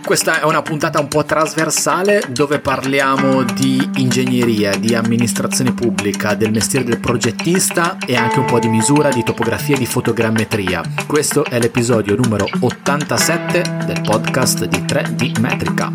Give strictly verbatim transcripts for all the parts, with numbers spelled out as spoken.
Questa è una puntata un po' trasversale dove parliamo di ingegneria, di amministrazione pubblica, del mestiere del progettista e anche un po' di misura, di topografia e di fotogrammetria. Questo è l'episodio numero ottantasette del podcast di tre D Metrica.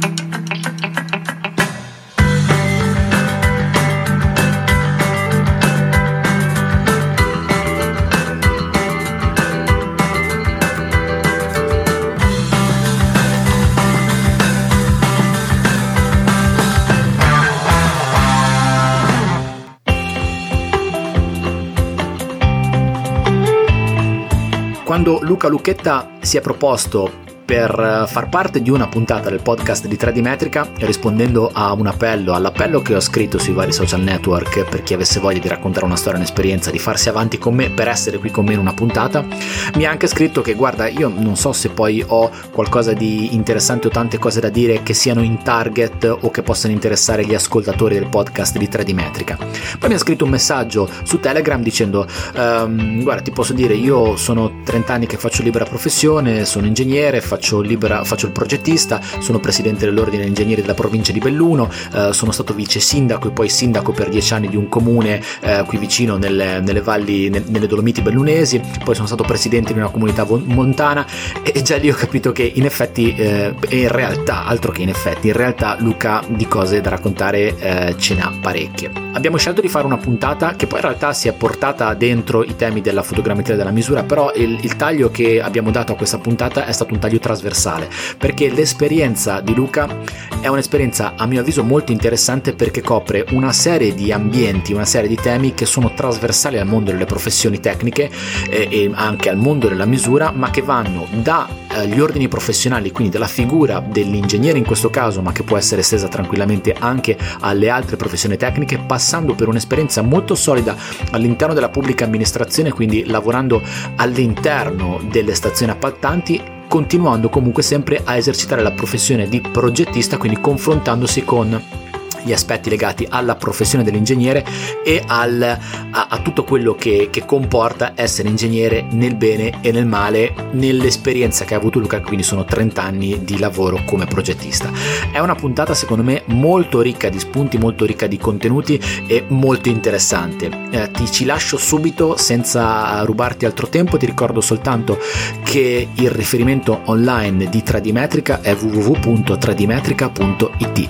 Quando Luca Lucchetta si è proposto per far parte di una puntata del podcast di tre D Metrica, rispondendo a un appello, all'appello che ho scritto sui vari social network per chi avesse voglia di raccontare una storia, un'esperienza, di farsi avanti con me per essere qui con me in una puntata, mi ha anche scritto che guarda, io non so se poi ho qualcosa di interessante o tante cose da dire che siano in target o che possano interessare gli ascoltatori del podcast di tre D Metrica. Poi mi ha scritto un messaggio su Telegram dicendo ehm, guarda, ti posso dire, io sono trenta anni che faccio libera professione, sono ingegnere, Faccio, libera, faccio il progettista, sono presidente dell'ordine degli ingegneri della provincia di Belluno, eh, sono stato vice sindaco e poi sindaco per dieci anni di un comune eh, qui vicino nelle, nelle valli, ne, nelle Dolomiti bellunesi, poi sono stato presidente di una comunità montana e, e già lì ho capito che in effetti, eh, in realtà, altro che in effetti, in realtà Luca di cose da raccontare eh, ce n'ha parecchie. Abbiamo scelto di fare una puntata che poi in realtà si è portata dentro i temi della fotogrammetria della misura, però il, il taglio che abbiamo dato a questa puntata è stato un taglio trasversale, perché l'esperienza di Luca è un'esperienza a mio avviso molto interessante, perché copre una serie di ambienti, una serie di temi che sono trasversali al mondo delle professioni tecniche eh, e anche al mondo della misura, ma che vanno dagli ordini professionali, quindi dalla figura dell'ingegnere in questo caso, ma che può essere estesa tranquillamente anche alle altre professioni tecniche, passando per un'esperienza molto solida all'interno della pubblica amministrazione, quindi lavorando all'interno delle stazioni appaltanti, continuando comunque sempre a esercitare la professione di progettista, quindi confrontandosi con gli aspetti legati alla professione dell'ingegnere e al, a, a tutto quello che, che comporta essere ingegnere nel bene e nel male, nell'esperienza che ha avuto Luca, quindi sono trenta anni di lavoro come progettista. È una puntata secondo me molto ricca di spunti, molto ricca di contenuti e molto interessante. Eh, ti ci lascio subito senza rubarti altro tempo, ti ricordo soltanto che il riferimento online di tre D Metrica è w w w punto tre d metrica punto i t.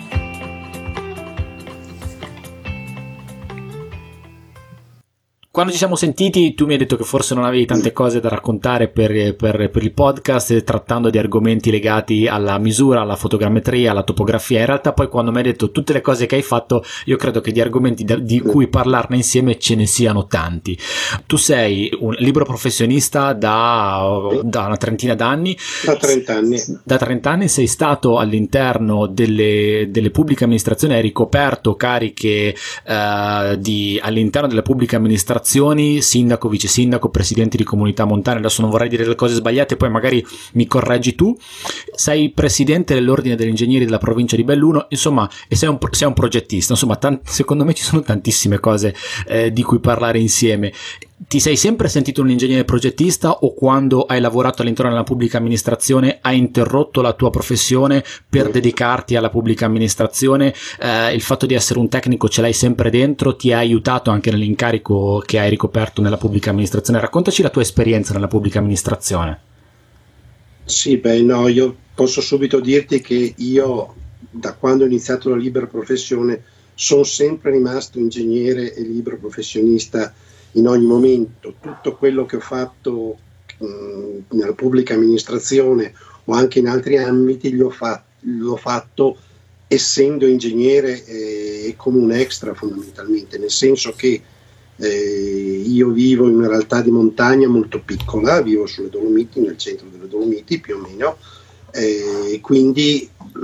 Quando ci siamo sentiti tu mi hai detto che forse non avevi tante cose da raccontare per, per, per il podcast, trattando di argomenti legati alla misura, alla fotogrammetria, alla topografia. In realtà poi quando mi hai detto tutte le cose che hai fatto, io credo che di argomenti da, di cui parlarne insieme ce ne siano tanti. Tu sei un libero professionista da, da una trentina d'anni. Da trenta anni. Da trenta anni sei stato all'interno delle, delle pubbliche amministrazioni, hai ricoperto cariche eh, di, all'interno delle pubbliche amministrazioni, sindaco, vice sindaco, presidente di comunità montane. Adesso non vorrei dire le cose sbagliate, poi magari mi correggi tu. Sei presidente dell'ordine degli ingegneri della provincia di Belluno, insomma, e sei un, sei un progettista. Insomma, tant- secondo me ci sono tantissime cose eh, di cui parlare insieme. Ti sei sempre sentito un ingegnere progettista, o quando hai lavorato all'interno della pubblica amministrazione hai interrotto la tua professione per dedicarti alla pubblica amministrazione? Eh, il fatto di essere un tecnico ce l'hai sempre dentro, ti ha aiutato anche nell'incarico che hai ricoperto nella pubblica amministrazione? Raccontaci la tua esperienza nella pubblica amministrazione. Sì, beh, no, io posso subito dirti che io, da quando ho iniziato la libera professione, sono sempre rimasto ingegnere e libero professionista in ogni momento. Tutto quello che ho fatto mh, nella pubblica amministrazione o anche in altri ambiti l'ho, fa- l'ho fatto essendo ingegnere e come un extra, fondamentalmente, nel senso che eh, io vivo in una realtà di montagna molto piccola, vivo sulle Dolomiti, nel centro delle Dolomiti più o meno, e eh, quindi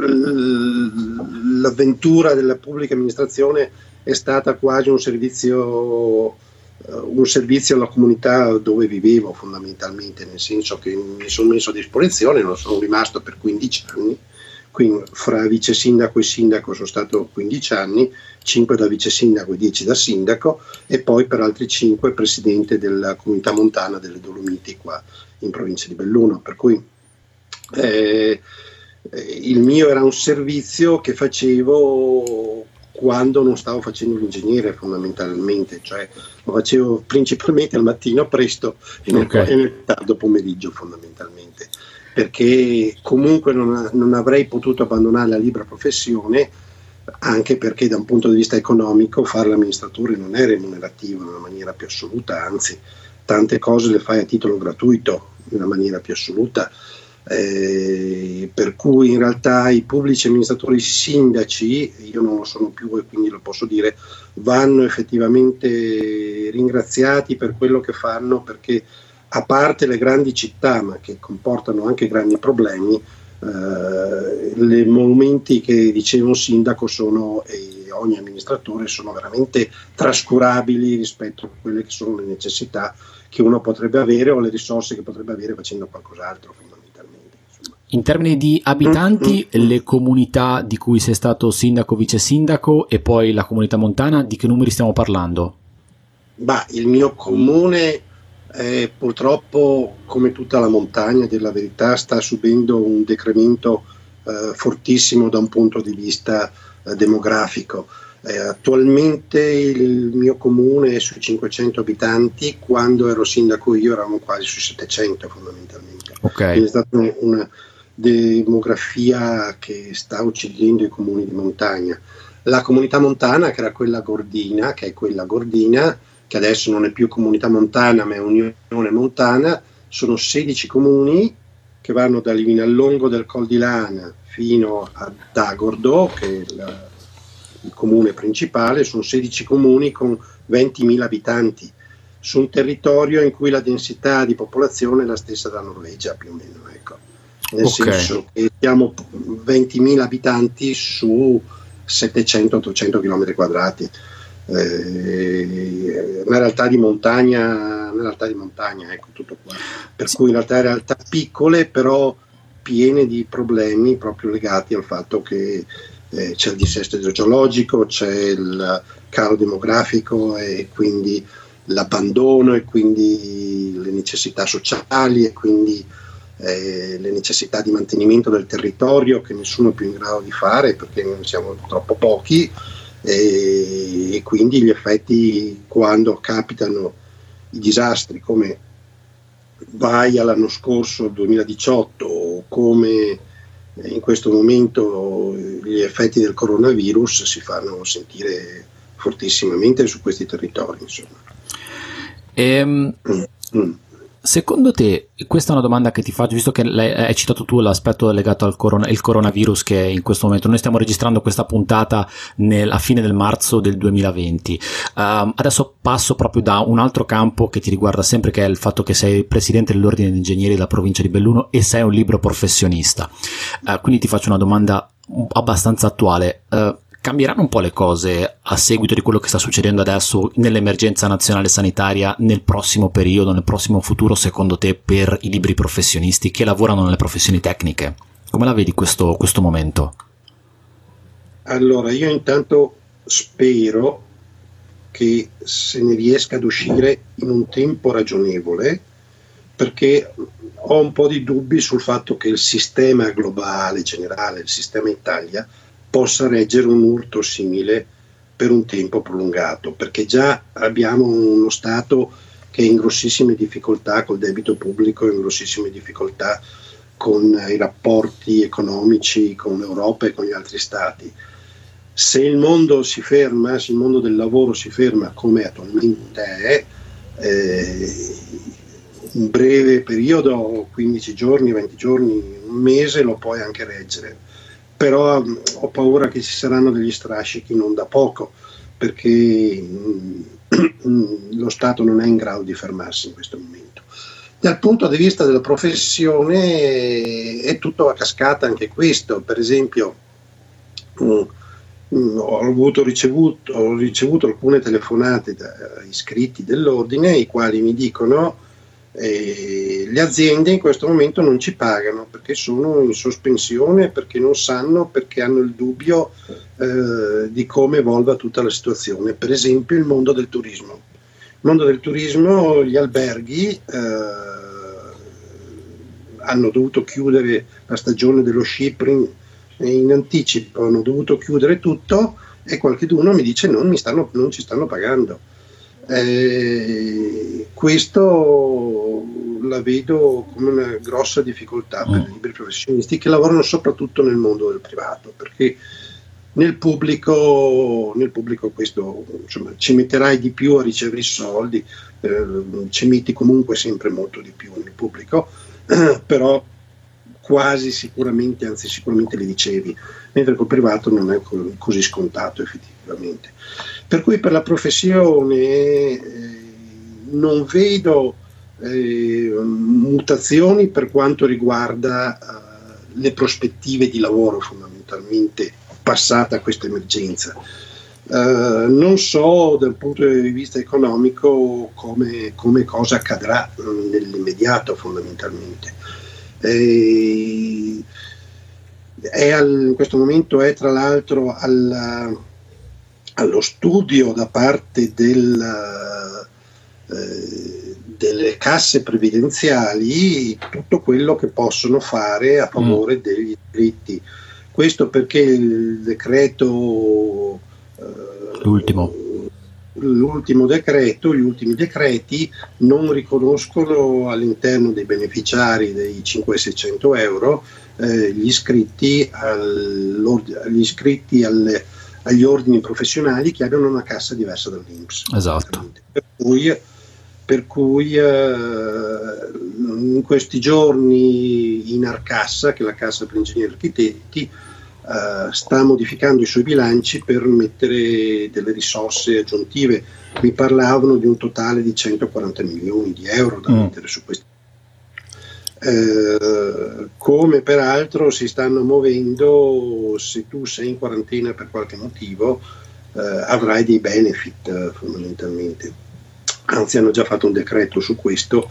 l- l'avventura della pubblica amministrazione è stata quasi un servizio un servizio alla comunità dove vivevo, fondamentalmente, nel senso che mi sono messo a disposizione, non sono rimasto per quindici anni, quindi fra vice sindaco e sindaco sono stato quindici anni, cinque da vice sindaco e dieci da sindaco, e poi per altri cinque presidente della comunità montana delle Dolomiti qua in provincia di Belluno, per cui eh, eh, il mio era un servizio che facevo quando non stavo facendo l'ingegnere fondamentalmente, cioè lo facevo principalmente al mattino presto e nel, Okay. e nel tardo pomeriggio fondamentalmente, perché comunque non, non avrei potuto abbandonare la libera professione, anche perché da un punto di vista economico fare l'amministratore non è remunerativo nella maniera più assoluta, anzi tante cose le fai a titolo gratuito nella maniera più assoluta. Eh, per cui in realtà i pubblici amministratori sindaci, io non lo sono più e quindi lo posso dire, vanno effettivamente ringraziati per quello che fanno, perché a parte le grandi città, ma che comportano anche grandi problemi, eh, i momenti che diceva un sindaco sono, e ogni amministratore, sono veramente trascurabili rispetto a quelle che sono le necessità che uno potrebbe avere o le risorse che potrebbe avere facendo qualcos'altro fondamentalmente. In termini di abitanti, le comunità di cui sei stato sindaco, vice sindaco e poi la comunità montana, di che numeri stiamo parlando? Bah, il mio comune eh, purtroppo, come tutta la montagna, della verità, sta subendo un decremento eh, fortissimo da un punto di vista eh, demografico. Eh, attualmente il mio comune è sui cinquecento abitanti, quando ero sindaco io eravamo quasi sui settecento fondamentalmente. Okay. Quindi è stata una demografia che sta uccidendo i comuni di montagna. La comunità montana, che era quella gordina, che è quella gordina, che adesso non è più comunità montana ma è Unione Montana, sono sedici comuni che vanno da Livinallongo del Col di Lana fino ad Agordo, che è la, il comune principale. Sono sedici comuni con ventimila abitanti, su un territorio in cui la densità di popolazione è la stessa della Norvegia più o meno, ecco. Nel Okay. senso che siamo ventimila abitanti su settecento ottocento chilometri quadrati. Eh, una realtà di montagna, una realtà di montagna, ecco, tutto qua. Per cui in realtà realtà piccole, però piene di problemi proprio legati al fatto che eh, c'è il dissesto idrogeologico, c'è il calo demografico e quindi l'abbandono e quindi le necessità sociali e quindi eh, le necessità di mantenimento del territorio, che nessuno è più in grado di fare perché siamo troppo pochi, e, e quindi gli effetti, quando capitano i disastri come Vaia l'anno scorso, duemiladiciotto, o come in questo momento gli effetti del coronavirus, si fanno sentire fortissimamente su questi territori, insomma. Ehm, Mm, mm. Secondo te, questa è una domanda che ti faccio, visto che hai citato tu l'aspetto legato al corona, il coronavirus, che in questo momento noi stiamo registrando questa puntata nel, a fine del marzo del duemilaventi. Um, adesso passo proprio da un altro campo che ti riguarda sempre, che è il fatto che sei presidente dell'Ordine degli Ingegneri della provincia di Belluno e sei un libero professionista. Uh, quindi ti faccio una domanda abbastanza attuale. Uh, Cambieranno un po' le cose a seguito di quello che sta succedendo adesso nell'emergenza nazionale sanitaria nel prossimo periodo, nel prossimo futuro, secondo te, per i liberi professionisti che lavorano nelle professioni tecniche? Come la vedi questo, questo momento? Allora, io intanto spero che se ne riesca ad uscire in un tempo ragionevole, perché ho un po' di dubbi sul fatto che il sistema globale, generale, il sistema Italia, possa reggere un urto simile per un tempo prolungato, perché già abbiamo uno Stato che è in grossissime difficoltà col debito pubblico, in grossissime difficoltà con i rapporti economici con l'Europa e con gli altri Stati. Se il mondo si ferma, se il mondo del lavoro si ferma come attualmente è, eh, un breve periodo, quindici giorni, venti giorni, un mese, lo puoi anche reggere. Però mh, ho paura che ci saranno degli strascichi non da poco, perché mh, lo Stato non è in grado di fermarsi in questo momento. Dal punto di vista della professione è tutto a cascata anche questo. Per esempio, mh, mh, ho, avuto ricevuto, ho ricevuto alcune telefonate da iscritti dell'ordine, i quali mi dicono Eh, le aziende in questo momento non ci pagano perché sono in sospensione, perché non sanno, perché hanno il dubbio eh, di come evolva tutta la situazione. Per esempio il mondo del turismo. Il mondo del turismo, gli alberghi eh, hanno dovuto chiudere la stagione dello shipping in anticipo, hanno dovuto chiudere tutto e qualcuno mi dice non, mi stanno, non ci stanno pagando. Eh, questo la vedo come una grossa difficoltà per i liberi professionisti che lavorano soprattutto nel mondo del privato, perché nel pubblico, nel pubblico questo, insomma, ci metterai di più a ricevere i soldi, eh, ci metti comunque sempre molto di più nel pubblico, eh, però quasi sicuramente, anzi sicuramente li ricevi, mentre col privato non è co- così scontato effettivamente. Per cui per la professione eh, non vedo eh, mutazioni per quanto riguarda eh, le prospettive di lavoro fondamentalmente passata questa emergenza. Uh, non so dal punto di vista economico come, come cosa accadrà nell'immediato fondamentalmente. E, è al, in questo momento è tra l'altro al, allo studio da parte del, eh, delle casse previdenziali tutto quello che possono fare a favore mm. degli iscritti. Questo perché il decreto, eh, l'ultimo. l'ultimo decreto, gli ultimi decreti non riconoscono all'interno dei beneficiari dei cinquecento-seicento euro eh, gli iscritti, agli, iscritti alle, agli ordini professionali che abbiano una cassa diversa dall'I N P S. Esatto. Per cui, per cui eh, in questi giorni in Arcassa, che è la Cassa per Ingegneri e Architetti, Uh, sta modificando i suoi bilanci per mettere delle risorse aggiuntive. Mi parlavano di un totale di centoquaranta milioni di euro da mm. mettere su questi. Uh, come peraltro si stanno muovendo, se tu sei in quarantena per qualche motivo uh, avrai dei benefit uh, fondamentalmente. Anzi, hanno già fatto un decreto su questo,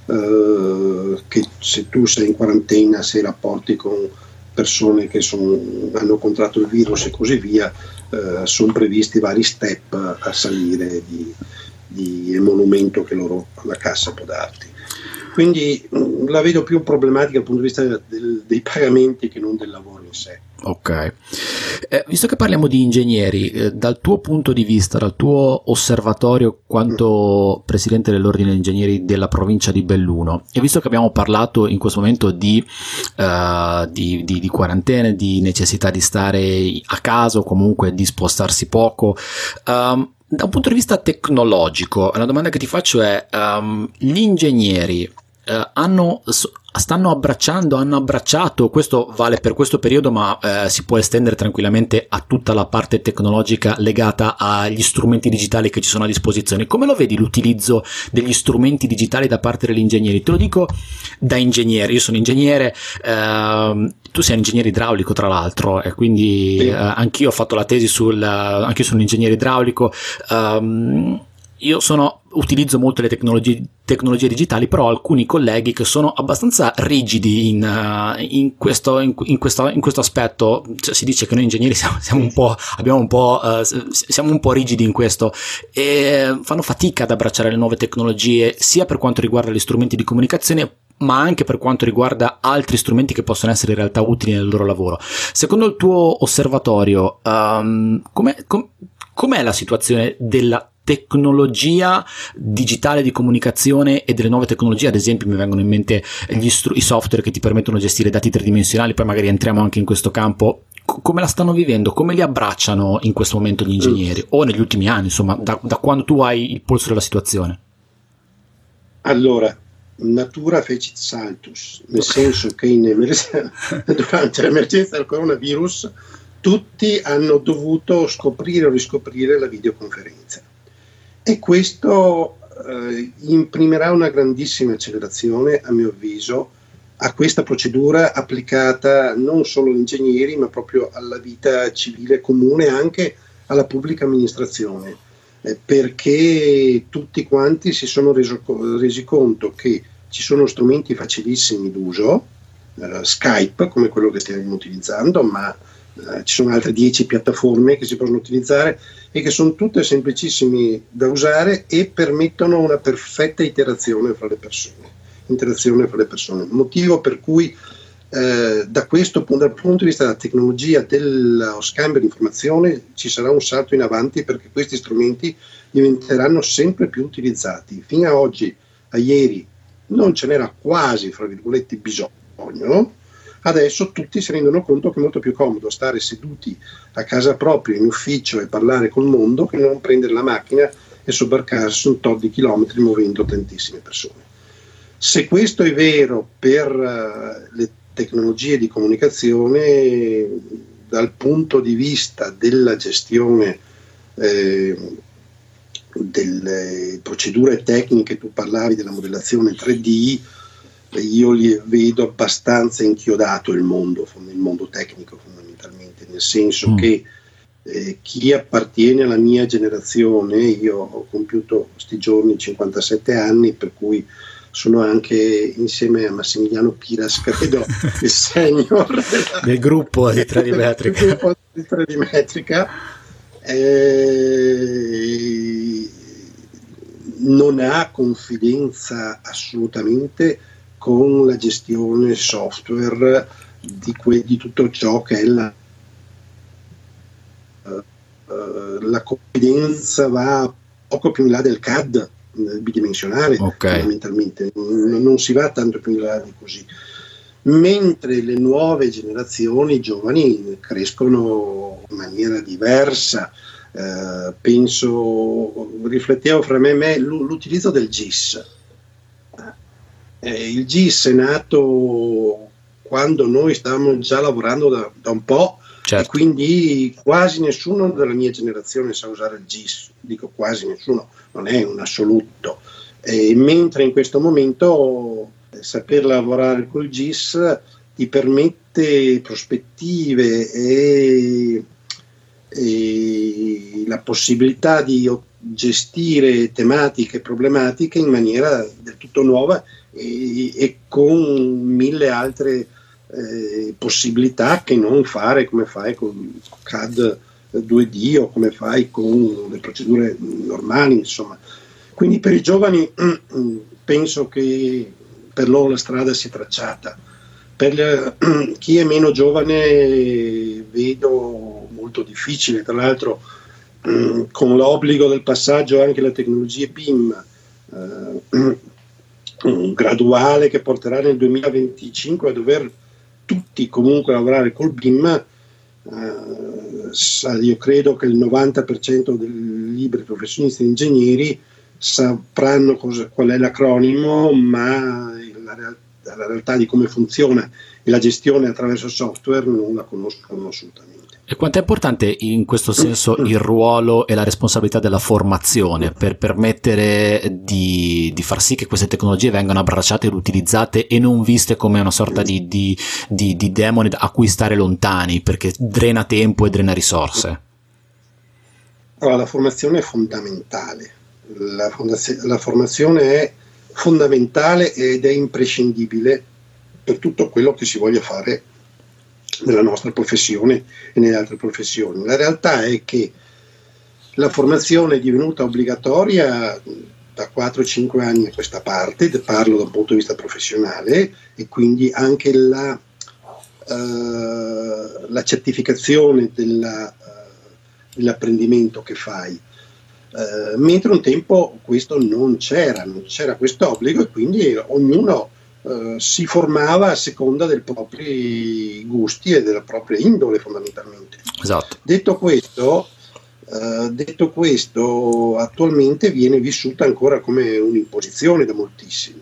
uh, che se tu sei in quarantena, se rapporti con persone che son, hanno contratto il virus e così via, eh, sono previsti vari step a salire di, di emolumento che loro la cassa può darti. Quindi mh, la vedo più problematica dal punto di vista del, dei pagamenti che non del lavoro in sé. Ok, eh, visto che parliamo di ingegneri, eh, dal tuo punto di vista, dal tuo osservatorio quanto mm. presidente dell'ordine degli ingegneri della provincia di Belluno, e visto che abbiamo parlato in questo momento di, uh, di, di, di quarantene, di necessità di stare a casa o comunque di spostarsi poco, um, da un punto di vista tecnologico, la domanda che ti faccio è, um, gli ingegneri Uh, hanno, stanno abbracciando, hanno abbracciato, questo vale per questo periodo ma uh, si può estendere tranquillamente a tutta la parte tecnologica legata agli strumenti digitali che ci sono a disposizione. Come lo vedi l'utilizzo degli strumenti digitali da parte degli ingegneri? Te lo dico da ingegnere, io sono ingegnere, uh, tu sei un ingegnere idraulico tra l'altro e quindi uh, anch'io ho fatto la tesi sul, uh, anch'io sono un ingegnere idraulico. um, Io sono, utilizzo molto le tecnologie, tecnologie digitali, però ho alcuni colleghi che sono abbastanza rigidi in, uh, in, questo, in, in, questo, in questo aspetto. Cioè, si dice che noi ingegneri siamo, siamo un po', abbiamo un po', uh, siamo un po' rigidi in questo e fanno fatica ad abbracciare le nuove tecnologie, sia per quanto riguarda gli strumenti di comunicazione, ma anche per quanto riguarda altri strumenti che possono essere in realtà utili nel loro lavoro. Secondo il tuo osservatorio, um, com'è, com, com'è la situazione della tecnologia digitale di comunicazione e delle nuove tecnologie? Ad esempio mi vengono in mente gli stru- i software che ti permettono di gestire dati tridimensionali, poi magari entriamo anche in questo campo. C- come la stanno vivendo? Come li abbracciano in questo momento gli ingegneri? O negli ultimi anni, insomma, da, da quando tu hai il polso della situazione? Allora, natura fecit saltus, nel senso che in emerg- durante l'emergenza del coronavirus tutti hanno dovuto scoprire o riscoprire la videoconferenza. E questo eh, imprimerà una grandissima accelerazione, a mio avviso, a questa procedura applicata non solo agli ingegneri, ma proprio alla vita civile comune, anche alla pubblica amministrazione, eh, perché tutti quanti si sono reso, resi conto che ci sono strumenti facilissimi d'uso, eh, Skype come quello che stiamo utilizzando, ma eh, ci sono altre dieci piattaforme che si possono utilizzare e che sono tutte semplicissime da usare e permettono una perfetta interazione fra le persone, interazione fra le persone, motivo per cui eh, da questo punto, dal punto di vista della tecnologia dello scambio di informazione ci sarà un salto in avanti, perché questi strumenti diventeranno sempre più utilizzati. Fino a oggi, a ieri, non ce n'era quasi, fra virgolette, bisogno. Adesso tutti si rendono conto che è molto più comodo stare seduti a casa propria, in ufficio, e parlare col mondo, che non prendere la macchina e sobbarcarsi un tot di chilometri muovendo tantissime persone. Se questo è vero per uh, le tecnologie di comunicazione, dal punto di vista della gestione eh, delle procedure tecniche, tu parlavi della modellazione tre D, io li vedo abbastanza inchiodato il mondo, il mondo tecnico fondamentalmente, nel senso mm. che eh, chi appartiene alla mia generazione, io ho compiuto questi giorni cinquantasette anni, per cui sono anche, insieme a Massimiliano Piras, credo il senior della, del gruppo di tre D Metrica. Del gruppo di tre D Metrica. Eh, non ha confidenza assolutamente con la gestione software di, que- di tutto ciò che è la, uh, uh, la confidenza va poco più in là del C A D bidimensionale, okay. Fondamentalmente non, non si va tanto più in là di così, mentre le nuove generazioni, i giovani, crescono in maniera diversa. Uh, penso, riflettevo fra me e me l'utilizzo del G I S. Eh, il G I S è nato quando noi stavamo già lavorando da, da un po', certo. E quindi quasi nessuno della mia generazione sa usare il G I S, dico quasi nessuno, non è un assoluto, eh, mentre in questo momento eh, saper lavorare col G I S ti permette prospettive e, e la possibilità di gestire tematiche, problematiche in maniera del tutto nuova e, e con mille altre eh, possibilità che non fare come fai con C A D due D o come fai con le procedure normali, insomma. Quindi per i giovani penso che per loro la strada si è tracciata. Per le, chi è meno giovane vedo molto difficile, tra l'altro con l'obbligo del passaggio anche alle tecnologie B I M eh, graduale, che porterà nel duemilaventicinque a dover tutti comunque lavorare col B I M. Eh, io credo che il novanta per cento dei liberi professionisti e ingegneri sapranno cosa, qual è l'acronimo, ma la, real, la realtà di come funziona e la gestione attraverso software non la conoscono assolutamente. E quanto è importante in questo senso il ruolo e la responsabilità della formazione per permettere di, di far sì che queste tecnologie vengano abbracciate ed utilizzate e non viste come una sorta di, di, di, di demone a cui stare lontani, perché drena tempo e drena risorse? Allora, la formazione è fondamentale, la, fondazio- la formazione è fondamentale ed è imprescindibile per tutto quello che si voglia fare nella nostra professione e nelle altre professioni. La realtà è che la formazione è divenuta obbligatoria da quattro cinque anni a questa parte, parlo da un punto di vista professionale, e quindi anche la, uh, la certificazione della, uh, dell'apprendimento che fai. Uh, mentre un tempo questo non c'era, non c'era questo obbligo, e quindi ognuno Uh, si formava a seconda dei propri gusti e della propria indole, fondamentalmente. Esatto. Detto questo, uh, detto questo, attualmente viene vissuta ancora come un'imposizione da moltissimi,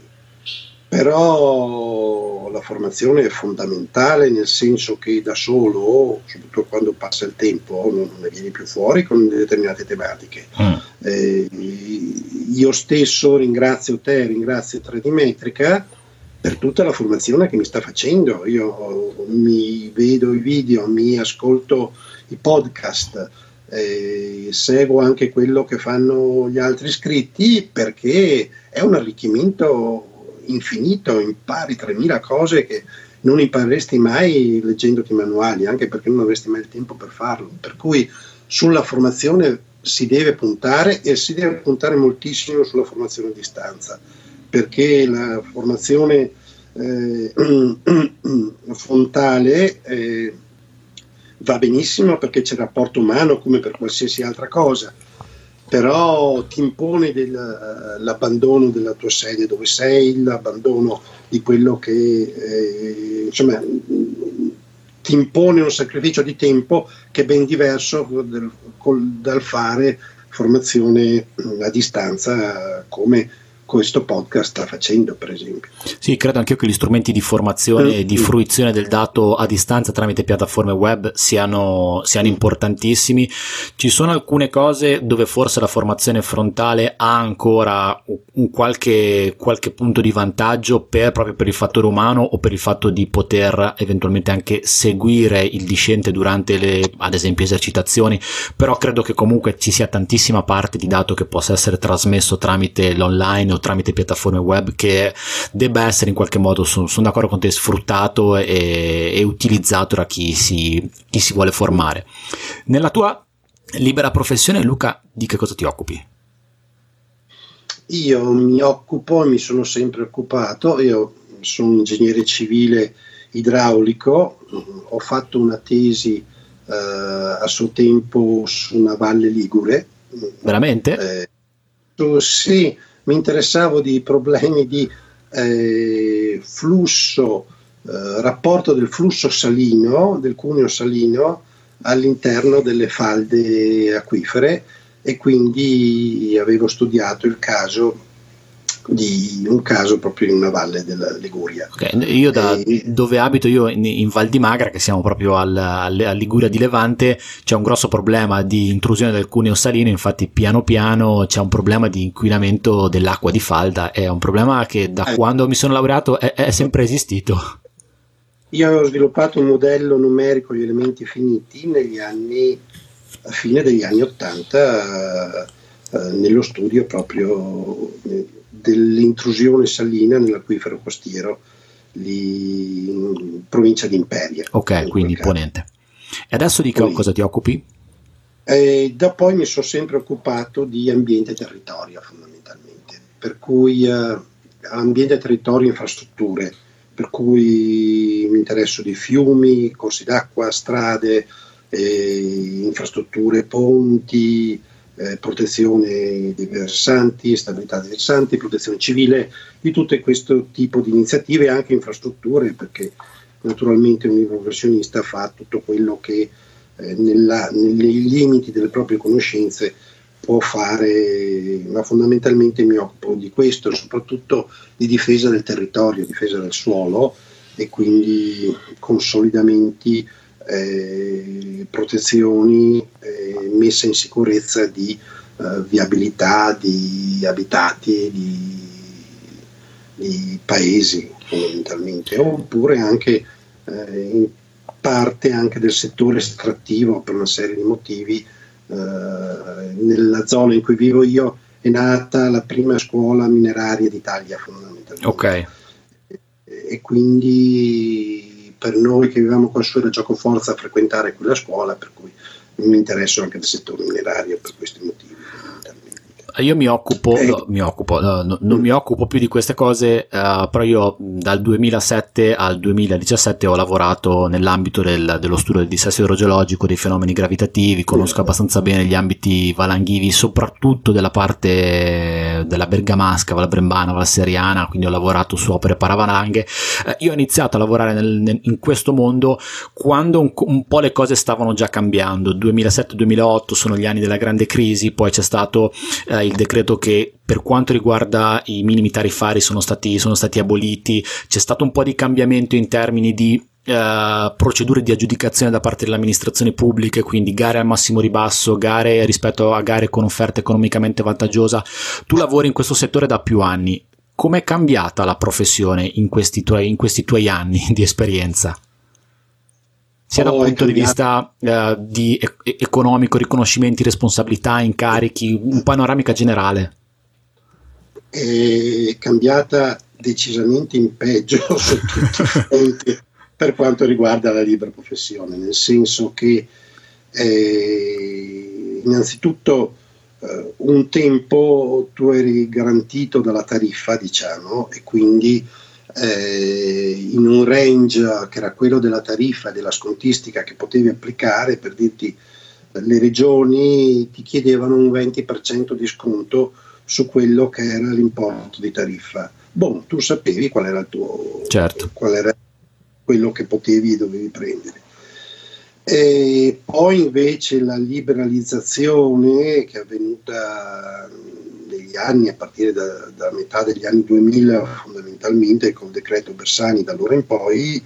però la formazione è fondamentale, nel senso che da solo, soprattutto quando passa il tempo, non ne vieni più fuori con determinate tematiche. Mm. Eh, io stesso ringrazio te, ringrazio tre D Metrica per tutta la formazione che mi sta facendo. Io mi vedo i video, mi ascolto i podcast, eh, seguo anche quello che fanno gli altri iscritti, perché è un arricchimento infinito, impari tremila cose che non impareresti mai leggendoti i manuali, anche perché non avresti mai il tempo per farlo. Per cui sulla formazione si deve puntare, e si deve puntare moltissimo sulla formazione a distanza, perché la formazione eh, frontale eh, va benissimo perché c'è il rapporto umano come per qualsiasi altra cosa, però ti impone del, l'abbandono della tua sede dove sei, l'abbandono di quello che eh, insomma ti impone un sacrificio di tempo che è ben diverso del, col, dal fare formazione a distanza come questo podcast sta facendo, per esempio. Sì, credo anch'io che gli strumenti di formazione e di fruizione del dato a distanza tramite piattaforme web siano, siano importantissimi. Ci sono alcune cose dove forse la formazione frontale ha ancora un qualche, qualche punto di vantaggio per, proprio per il fattore umano o per il fatto di poter eventualmente anche seguire il discente durante le, ad esempio, esercitazioni, però credo che comunque ci sia tantissima parte di dato che possa essere trasmesso tramite l'online o tramite piattaforme web che debba essere in qualche modo, sono, sono d'accordo con te, sfruttato e, e utilizzato da chi si, chi si vuole formare. Nella tua libera professione, Luca, di che cosa ti occupi? Io mi occupo e mi sono sempre occupato, io sono ingegnere civile idraulico, ho fatto una tesi eh, a suo tempo su una valle ligure. Veramente? Eh, sì, mi interessavo di problemi di eh, flusso, eh, rapporto del flusso salino, del cuneo salino all'interno delle falde acquifere, e quindi avevo studiato il caso di un caso proprio in una valle della Liguria. Okay. Io da e... dove abito, io in, in Val di Magra, che siamo proprio al, al, al Liguria di Levante, c'è un grosso problema di intrusione del cuneo salino, infatti piano piano c'è un problema di inquinamento dell'acqua di falda, è un problema che da eh. quando mi sono laureato è, è sempre esistito. Io avevo sviluppato un modello numerico di elementi finiti negli anni, a fine degli anni ottanta, eh, nello studio proprio eh, dell'intrusione salina nell'acquifero costiero lì in provincia di Imperia. Ok, quindi Ponente. E adesso di che cosa ti occupi? E da poi mi sono sempre occupato di ambiente e territorio fondamentalmente, per cui eh, ambiente e territorio, infrastrutture, per cui mi interesso di fiumi, corsi d'acqua, strade, eh, infrastrutture, ponti, eh, protezione dei versanti, stabilità dei versanti, protezione civile, di tutto questo tipo di iniziative, anche infrastrutture, perché naturalmente un libero professionista fa tutto quello che eh, nella, nei limiti delle proprie conoscenze può fare, ma fondamentalmente mi occupo di questo, soprattutto di difesa del territorio, difesa del suolo, e quindi consolidamenti, eh, protezioni, eh, messa in sicurezza di eh, viabilità, di abitati, di, di paesi fondamentalmente, oppure anche eh, in parte anche del settore estrattivo per una serie di motivi. Uh, nella zona in cui vivo io è nata la prima scuola mineraria d'Italia fondamentalmente. Ok. E, e quindi per noi che viviamo qua su era gioco forza a frequentare quella scuola, per cui mi interesso anche del settore minerario per questi motivi. Io mi occupo, no, mi occupo no, no, non mi occupo più di queste cose, uh, però io dal duemilasette al duemiladiciassette ho lavorato nell'ambito del, dello studio del dissesto idrogeologico, dei fenomeni gravitativi, conosco abbastanza bene gli ambiti valanghivi, soprattutto della parte della bergamasca, Val Brembana, Val Seriana, quindi ho lavorato su opere paravalanghe. Uh, io ho iniziato a lavorare nel, nel, in questo mondo quando un, un po' le cose stavano già cambiando. duemilasette duemilaotto sono gli anni della grande crisi, poi c'è stato uh, il decreto che per quanto riguarda i minimi tariffari sono stati, sono stati aboliti, c'è stato un po' di cambiamento in termini di uh, procedure di aggiudicazione da parte delle amministrazioni pubbliche, quindi gare al massimo ribasso, gare rispetto a gare con offerta economicamente vantaggiosa. Tu lavori in questo settore da più anni, com'è cambiata la professione in questi tuoi, in questi tuoi anni di esperienza? Sia da un oh, punto di vista uh, di e- economico, riconoscimenti, responsabilità, incarichi, un panoramica generale. È cambiata decisamente in peggio su tutti i fronti per quanto riguarda la libera professione, nel senso che eh, innanzitutto uh, un tempo tu eri garantito dalla tariffa, diciamo, e quindi eh, in un range che era quello della tariffa e della scontistica che potevi applicare, per dirti, le regioni ti chiedevano un venti per cento di sconto su quello che era l'importo di tariffa. Boh, tu sapevi qual era il tuo, certo. qual era quello che potevi e dovevi prendere. E poi invece la liberalizzazione che è avvenuta negli anni, a partire da, da metà degli anni duemila, fondamentalmente col decreto Bersani da allora in poi,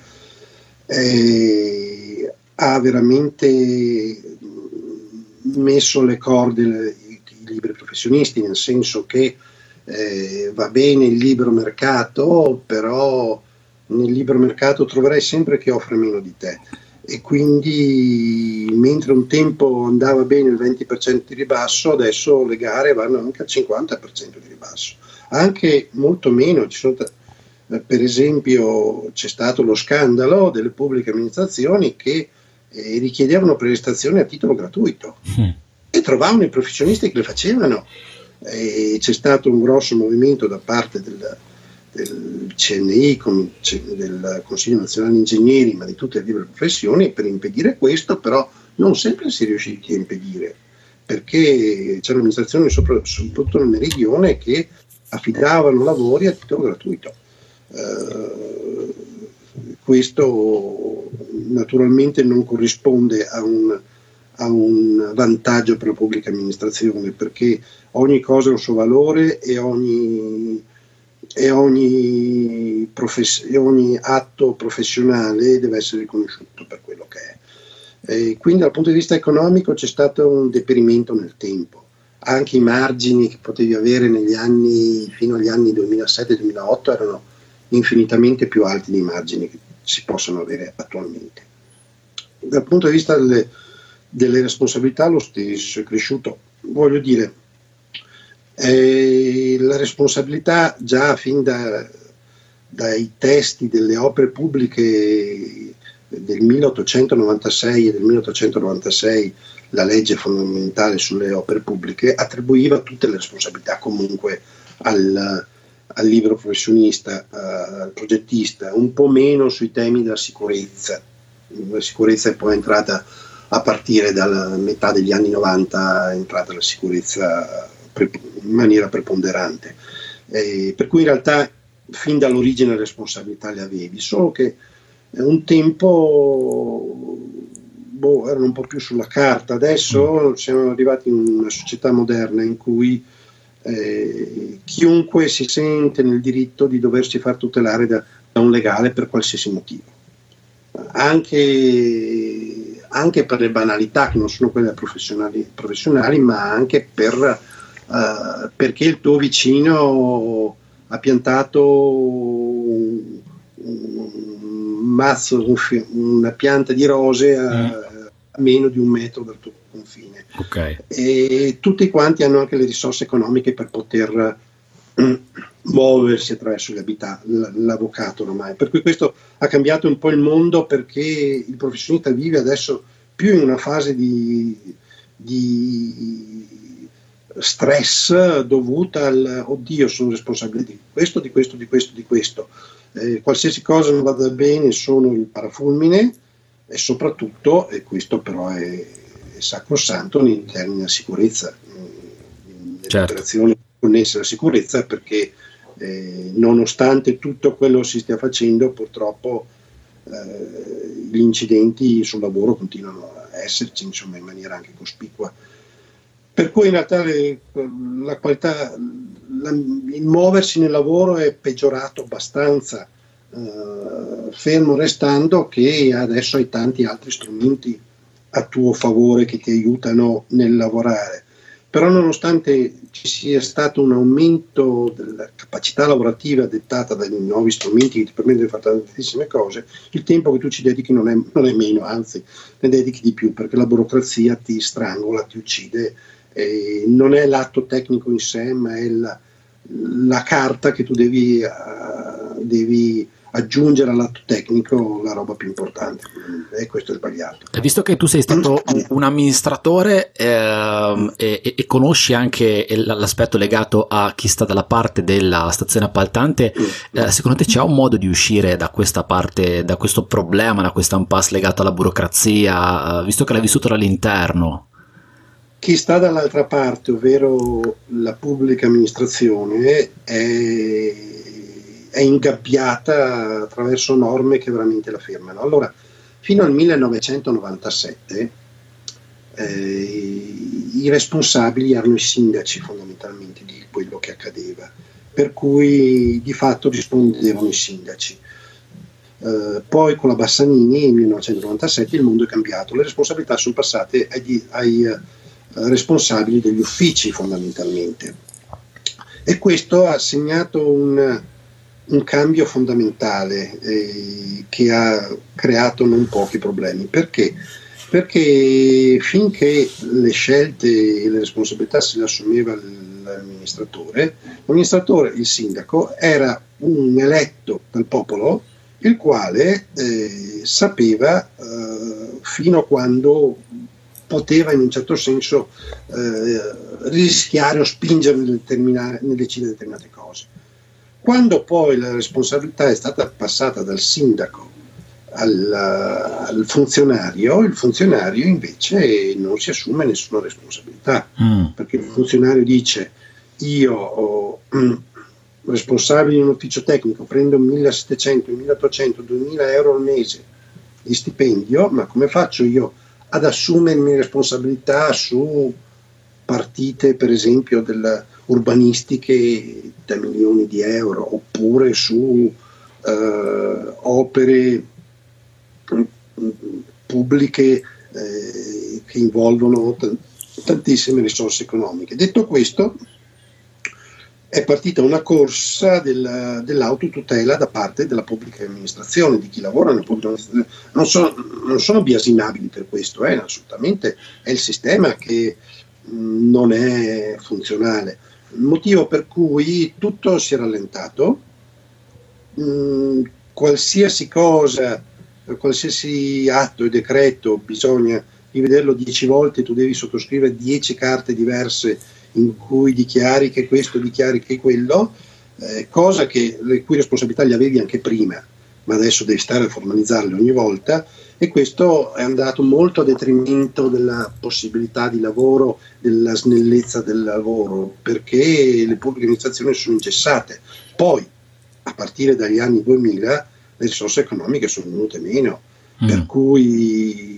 eh, ha veramente messo le corde i, i liberi professionisti, nel senso che eh, va bene il libero mercato, però nel libero mercato troverai sempre chi offre meno di te, e quindi mentre un tempo andava bene il venti per cento di ribasso, adesso le gare vanno anche al cinquanta per cento di ribasso, anche molto meno. Ci sono, per esempio, c'è stato lo scandalo delle pubbliche amministrazioni che eh, richiedevano prestazioni a titolo gratuito mm. e trovavano i professionisti che le facevano, e c'è stato un grosso movimento da parte del del C N I, del Consiglio Nazionale Ingegneri, ma di tutte le libere professioni, per impedire questo, però non sempre si è riusciti a impedire, perché c'è un'amministrazione, soprattutto nel meridione, che affidavano lavori a titolo gratuito. Eh, questo naturalmente non corrisponde a un, a un vantaggio per la pubblica amministrazione, perché ogni cosa ha un suo valore e ogni E ogni, profess- e ogni atto professionale deve essere riconosciuto per quello che è. E quindi dal punto di vista economico c'è stato un deperimento nel tempo. Anche i margini che potevi avere negli anni, fino agli anni duemilasette duemilaotto, erano infinitamente più alti dei margini che si possono avere attualmente. Dal punto di vista delle, delle responsabilità lo stesso, è cresciuto, voglio dire, Eh, la responsabilità già fin da, dai testi delle opere pubbliche del milleottocentonovantasei e del milleottocentonovantasei, la legge fondamentale sulle opere pubbliche, attribuiva tutte le responsabilità comunque al, al libero professionista, al progettista, un po' meno sui temi della sicurezza. La sicurezza è poi entrata a partire dalla metà degli anni novanta, è entrata la sicurezza in maniera preponderante, eh, per cui in realtà fin dall'origine le responsabilità le avevi, solo che un tempo boh, erano un po' più sulla carta. Adesso siamo arrivati in una società moderna in cui eh, chiunque si sente nel diritto di doversi far tutelare da, da un legale per qualsiasi motivo, anche, anche per le banalità che non sono quelle professionali, professionali ma anche per Uh, perché il tuo vicino ha piantato un, un mazzo, un, una pianta di rose a, mm. a meno di un metro dal tuo confine. Okay. E tutti quanti hanno anche le risorse economiche per poter mm, muoversi attraverso gli abitanti, l'avvocato ormai. Per cui questo ha cambiato un po' il mondo, perché il professionista vive adesso più in una fase di, di stress dovuta al oddio, sono responsabile di questo, di questo, di questo, di questo. Eh, qualsiasi cosa non vada bene sono il parafulmine, e soprattutto, e questo però è, è sacrosanto, in termini della sicurezza, nelle certo. operazioni connesse alla sicurezza, perché eh, nonostante tutto quello che si stia facendo, purtroppo eh, gli incidenti sul lavoro continuano a esserci, insomma, in maniera anche cospicua. Per cui in realtà le, la qualità, la, il muoversi nel lavoro è peggiorato abbastanza, eh, fermo restando che adesso hai tanti altri strumenti a tuo favore che ti aiutano nel lavorare. Però nonostante ci sia stato un aumento della capacità lavorativa dettata dai nuovi strumenti che ti permettono di fare tantissime cose, il tempo che tu ci dedichi non è, non è meno, anzi ne dedichi di più, perché la burocrazia ti strangola, ti uccide. Eh, non è l'atto tecnico in sé, ma è la, la carta che tu devi, uh, devi aggiungere all'atto tecnico la roba più importante, e questo è sbagliato. Visto che tu sei stato un amministratore eh, e, e conosci anche l'aspetto legato a chi sta dalla parte della stazione appaltante, eh, secondo te c'è un modo di uscire da questa parte, da questo problema, da questo impasse legato alla burocrazia, eh, visto che l'hai vissuto dall'interno? Chi sta dall'altra parte, ovvero la pubblica amministrazione, è, è ingabbiata attraverso norme che veramente la fermano. Allora, fino al millenovecentonovantasette eh, i responsabili erano i sindaci fondamentalmente di quello che accadeva, per cui di fatto rispondevano i sindaci. Uh, poi con la Bassanini nel millenovecentonovantasette il mondo è cambiato, le responsabilità sono passate agli, ai uh, responsabili degli uffici fondamentalmente, e questo ha segnato un, un cambio fondamentale eh, che ha creato non pochi problemi. Perché? Perché finché le scelte e le responsabilità se le assumeva l'amministratore, l'amministratore, il sindaco, era un eletto dal popolo, il quale eh, sapeva eh, fino a quando poteva in un certo senso eh, rischiare o spingere nel, nel decidere determinate cose. Quando poi la responsabilità è stata passata dal sindaco al, al funzionario, il funzionario invece non si assume nessuna responsabilità, mm. perché il funzionario dice: io ho responsabile in un ufficio tecnico, prendo millesettecento, milleottocento, duemila euro al mese di stipendio, ma come faccio io ad assumermi responsabilità su partite, per esempio, della urbanistiche da milioni di euro, oppure su eh, opere pubbliche eh, che involvono t- tantissime risorse economiche. Detto questo, è partita una corsa del, dell'autotutela da parte della pubblica amministrazione, di chi lavora nella pubblica amministrazione. Non sono, non sono biasimabili per questo, eh, assolutamente è il sistema che mh, non è funzionale. Il motivo per cui tutto si è rallentato, mh, qualsiasi cosa, qualsiasi atto e decreto bisogna rivederlo dieci volte, tu devi sottoscrivere dieci carte diverse in cui dichiari che questo, dichiari che quello, eh, cosa che le cui responsabilità le avevi anche prima, ma adesso devi stare a formalizzarle ogni volta, e questo è andato molto a detrimento della possibilità di lavoro, della snellezza del lavoro, perché le pubbliche amministrazioni sono ingessate. Poi, a partire dagli anni duemila, le risorse economiche sono venute meno, mm. per cui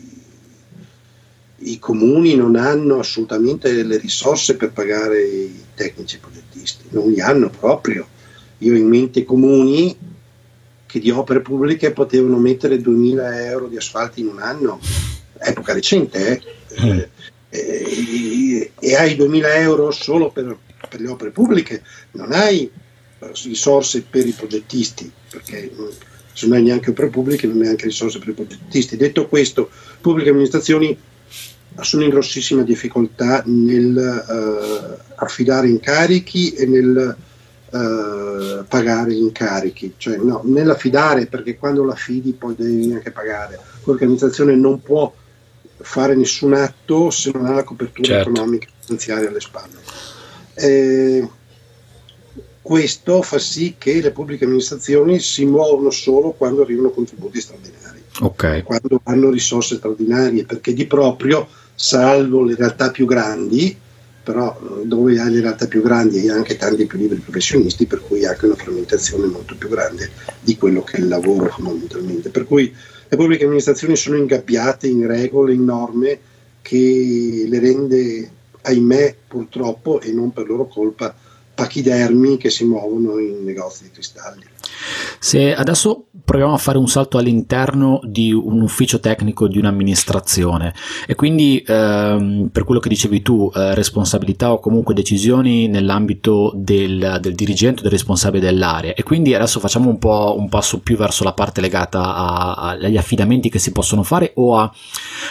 i comuni non hanno assolutamente le risorse per pagare i tecnici progettisti, non li hanno proprio. Io ho in mente comuni che di opere pubbliche potevano mettere duemila euro di asfalto in un anno, epoca recente, eh? Mm. e, e hai duemila euro solo per, per le opere pubbliche, non hai risorse per i progettisti, perché se non hai neanche opere pubbliche non hai neanche risorse per i progettisti. Detto questo, pubbliche amministrazioni sono in grossissima difficoltà nel uh, affidare incarichi e nel uh, pagare gli incarichi, cioè no, nell'affidare, perché quando l'affidi poi devi anche pagare. L'organizzazione non può fare nessun atto se non ha la copertura certo. economica e finanziaria alle spalle. Eh, questo fa sì che le pubbliche amministrazioni si muovono solo quando arrivano contributi straordinari, okay. quando hanno risorse straordinarie, perché di proprio, salvo le realtà più grandi, però dove hai le realtà più grandi hai anche tanti più liberi professionisti, per cui hai anche una frammentazione molto più grande di quello che è il lavoro fondamentalmente. Per cui le pubbliche amministrazioni sono ingabbiate in regole, in norme che le rende, ahimè, purtroppo, e non per loro colpa, pachidermi che si muovono in negozi di cristalli. Se adesso proviamo a fare un salto all'interno di un ufficio tecnico di un'amministrazione, e quindi ehm, per quello che dicevi tu, eh, responsabilità o comunque decisioni nell'ambito del, del dirigente o del responsabile dell'area, e quindi adesso facciamo un po' un passo più verso la parte legata a, a, agli affidamenti che si possono fare o a,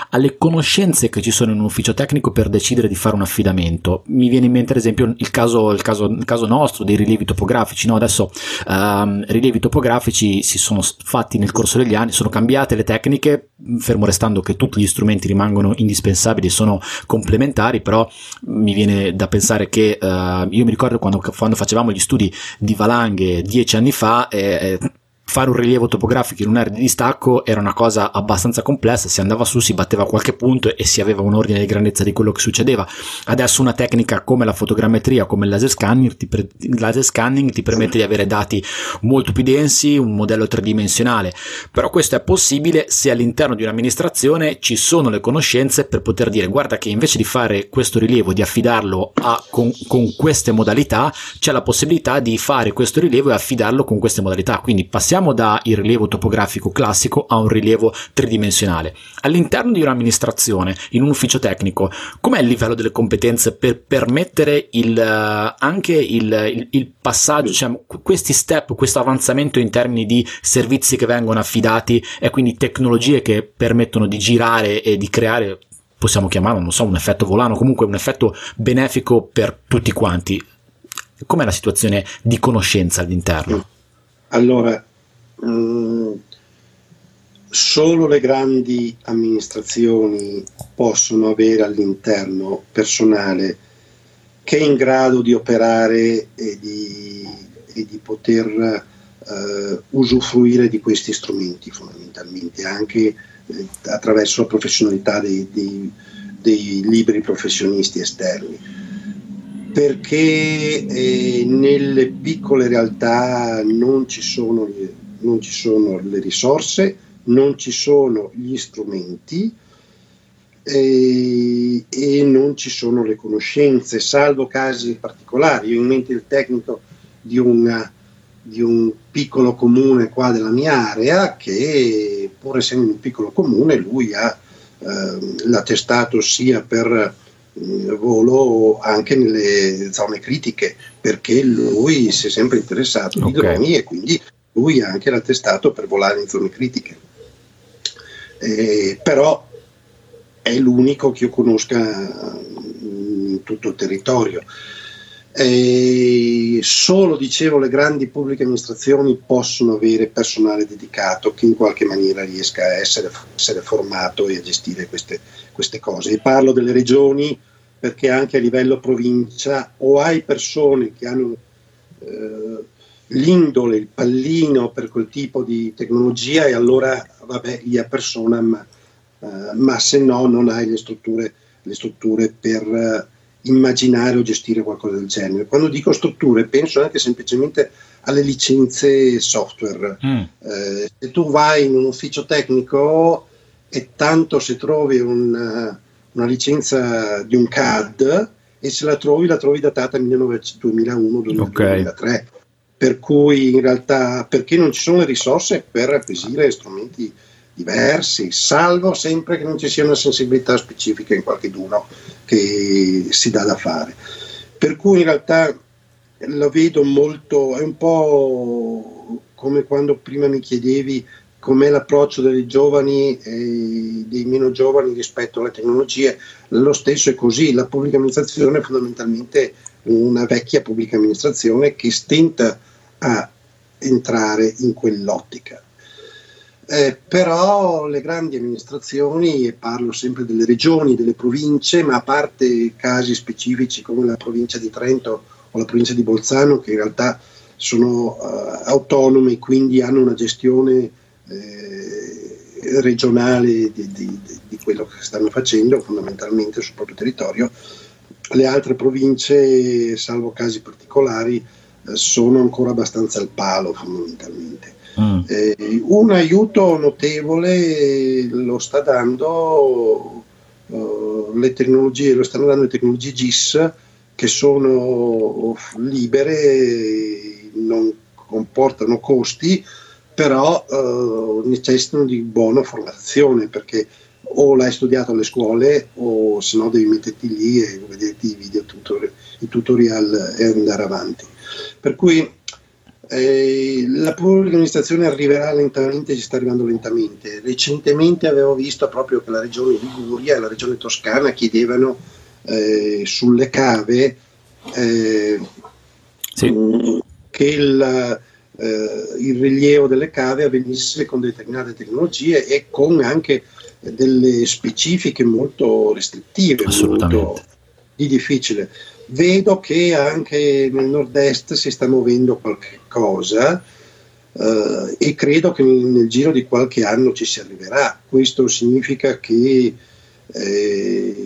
alle conoscenze che ci sono in un ufficio tecnico per decidere di fare un affidamento. Mi viene in mente ad esempio il caso, il caso, il caso nostro dei rilievi topografici, no? Adesso um, rilievi topografici si sono fatti nel corso degli anni, sono cambiate le tecniche, fermo restando che tutti gli strumenti rimangono indispensabili e sono complementari, però mi viene da pensare che uh, io mi ricordo quando, quando facevamo gli studi di valanghe dieci anni fa, eh, fare un rilievo topografico in un'area di distacco era una cosa abbastanza complessa, si andava su, si batteva qualche punto e si aveva un ordine di grandezza di quello che succedeva. Adesso una tecnica come la fotogrammetria, come il laser scanning, ti, pre- il laser scanning ti permette di avere dati molto più densi, un modello tridimensionale, però questo è possibile se all'interno di un'amministrazione ci sono le conoscenze per poter dire: guarda che invece di fare questo rilievo, di affidarlo a, con, con queste modalità, c'è la possibilità di fare questo rilievo e affidarlo con queste modalità. Quindi passiamo da il rilievo topografico classico a un rilievo tridimensionale. All'interno di un'amministrazione, in un ufficio tecnico, com'è il livello delle competenze per permettere il, anche il, il, il passaggio, cioè questi step, questo avanzamento in termini di servizi che vengono affidati e quindi tecnologie che permettono di girare e di creare, possiamo chiamarlo, non so, un effetto volano, comunque un effetto benefico per tutti quanti? Com'è la situazione di conoscenza all'interno? Allora, solo le grandi amministrazioni possono avere all'interno personale che è in grado di operare e di, e di poter eh, usufruire di questi strumenti, fondamentalmente anche eh, attraverso la professionalità dei, dei, dei liberi professionisti esterni, perché eh, nelle piccole realtà non ci sono le non ci sono le risorse, non ci sono gli strumenti e, e non ci sono le conoscenze, salvo casi particolari. Io ho in mente il tecnico di, una, di un piccolo comune qua della mia area che, pur essendo un piccolo comune, lui ha eh, l'attestato sia per eh, volo anche nelle zone critiche, perché lui si è sempre interessato di okay. droni e quindi lui ha anche l'attestato per volare in zone critiche, eh, però è l'unico che io conosca in tutto il territorio. Eh, solo, dicevo, le grandi pubbliche amministrazioni possono avere personale dedicato che in qualche maniera riesca a essere, essere formato e a gestire queste, queste cose. E parlo delle regioni perché anche a livello provincia o hai persone che hanno eh, l'indole, il pallino per quel tipo di tecnologia e allora vabbè, lì a persona, ma, uh, ma se no non hai le strutture, le strutture per uh, immaginare o gestire qualcosa del genere. Quando dico strutture penso anche semplicemente alle licenze software. Mm. Uh, se tu vai in un ufficio tecnico e tanto se trovi una, una licenza di un C A D e se la trovi, la trovi datata duemilauno duemilatré. Okay. Per cui in realtà, perché non ci sono le risorse per acquisire strumenti diversi, salvo sempre che non ci sia una sensibilità specifica in qualcheduno che si dà da fare. Per cui in realtà lo vedo molto, è un po' come quando prima mi chiedevi com'è l'approccio dei giovani e dei meno giovani rispetto alle tecnologie. Lo stesso è così, la pubblica amministrazione è fondamentalmente una vecchia pubblica amministrazione che stenta a entrare in quell'ottica. Eh, però le grandi amministrazioni, e parlo sempre delle regioni, delle province, ma a parte casi specifici come la provincia di Trento o la provincia di Bolzano, che in realtà sono uh, autonome, quindi hanno una gestione eh, regionale di, di, di quello che stanno facendo fondamentalmente sul proprio territorio. Le altre province, salvo casi particolari, sono ancora abbastanza al palo fondamentalmente. Mm. Eh, un aiuto notevole lo sta dando uh, le tecnologie, lo stanno dando le tecnologie G I S, che sono libere, non comportano costi, però uh, necessitano di buona formazione, perché o l'hai studiato alle scuole o se no devi metterti lì e vederti i video tutorial, i tutorial e andare avanti. Per cui Eh, la pubblica amministrazione arriverà lentamente, ci sta arrivando lentamente. Recentemente avevo visto proprio che la regione Liguria e la regione Toscana chiedevano eh, sulle cave eh, sì. che il, eh, il rilievo delle cave avvenisse con determinate tecnologie e con anche delle specifiche molto restrittive, molto di difficile. Vedo che anche nel nord-est si sta muovendo qualche cosa eh, e credo che nel, nel giro di qualche anno ci si arriverà. Questo significa che eh,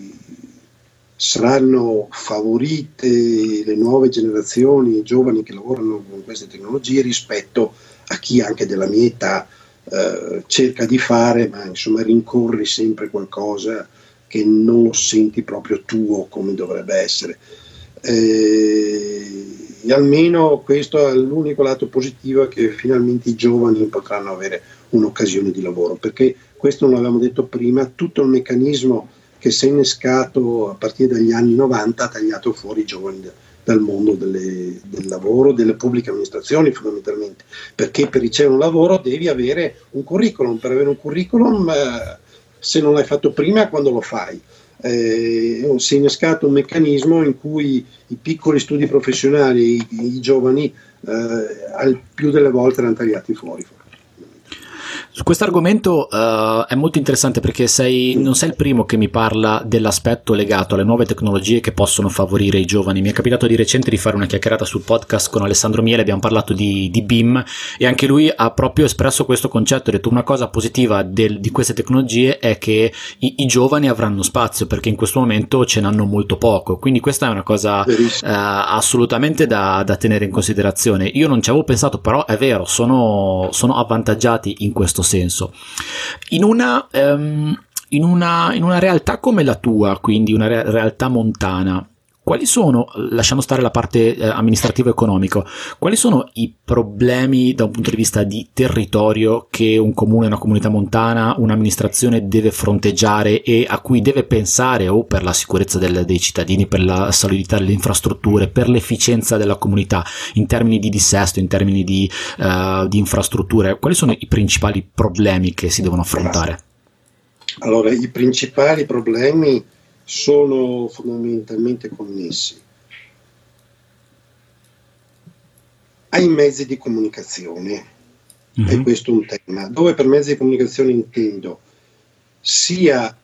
saranno favorite le nuove generazioni, i giovani che lavorano con queste tecnologie rispetto a chi anche della mia età eh, cerca di fare, ma insomma rincorri sempre qualcosa che non lo senti proprio tuo come dovrebbe essere. Eh, e almeno questo è l'unico lato positivo, è che finalmente i giovani potranno avere un'occasione di lavoro, perché questo non l'avevamo detto prima, tutto il meccanismo che si è innescato a partire dagli anni novanta ha tagliato fuori i giovani da, dal mondo delle, del lavoro, delle pubbliche amministrazioni fondamentalmente, perché per ricevere un lavoro devi avere un curriculum, per avere un curriculum eh, se non l'hai fatto prima, quando lo fai? Eh, si è innescato un meccanismo in cui i piccoli studi professionali, i, i giovani, eh, al più delle volte erano tagliati fuori. Su questo argomento uh, è molto interessante, perché sei, non sei il primo che mi parla dell'aspetto legato alle nuove tecnologie che possono favorire i giovani. Mi è capitato di recente di fare una chiacchierata sul podcast con Alessandro Miele, abbiamo parlato di, di B I M e anche lui ha proprio espresso questo concetto. Ha detto: una cosa positiva del, di queste tecnologie è che i, i giovani avranno spazio, perché in questo momento ce n'hanno molto poco, quindi questa è una cosa uh, assolutamente da, da tenere in considerazione. Io non ci avevo pensato, però è vero, sono, sono avvantaggiati in questo senso. In una, um, in una in una realtà come la tua, quindi una re- realtà montana, quali sono, lasciamo stare la parte eh, amministrativo economico, quali sono i problemi da un punto di vista di territorio che un comune, una comunità montana, un'amministrazione deve fronteggiare e a cui deve pensare, o per la sicurezza del, dei cittadini, per la solidità delle infrastrutture, per l'efficienza della comunità, in termini di dissesto, in termini di, uh, di infrastrutture? Quali sono i principali problemi che si devono affrontare? Allora, i principali problemi sono fondamentalmente connessi ai mezzi di comunicazione. Mm-hmm. E questo è un tema dove per mezzi di comunicazione intendo sia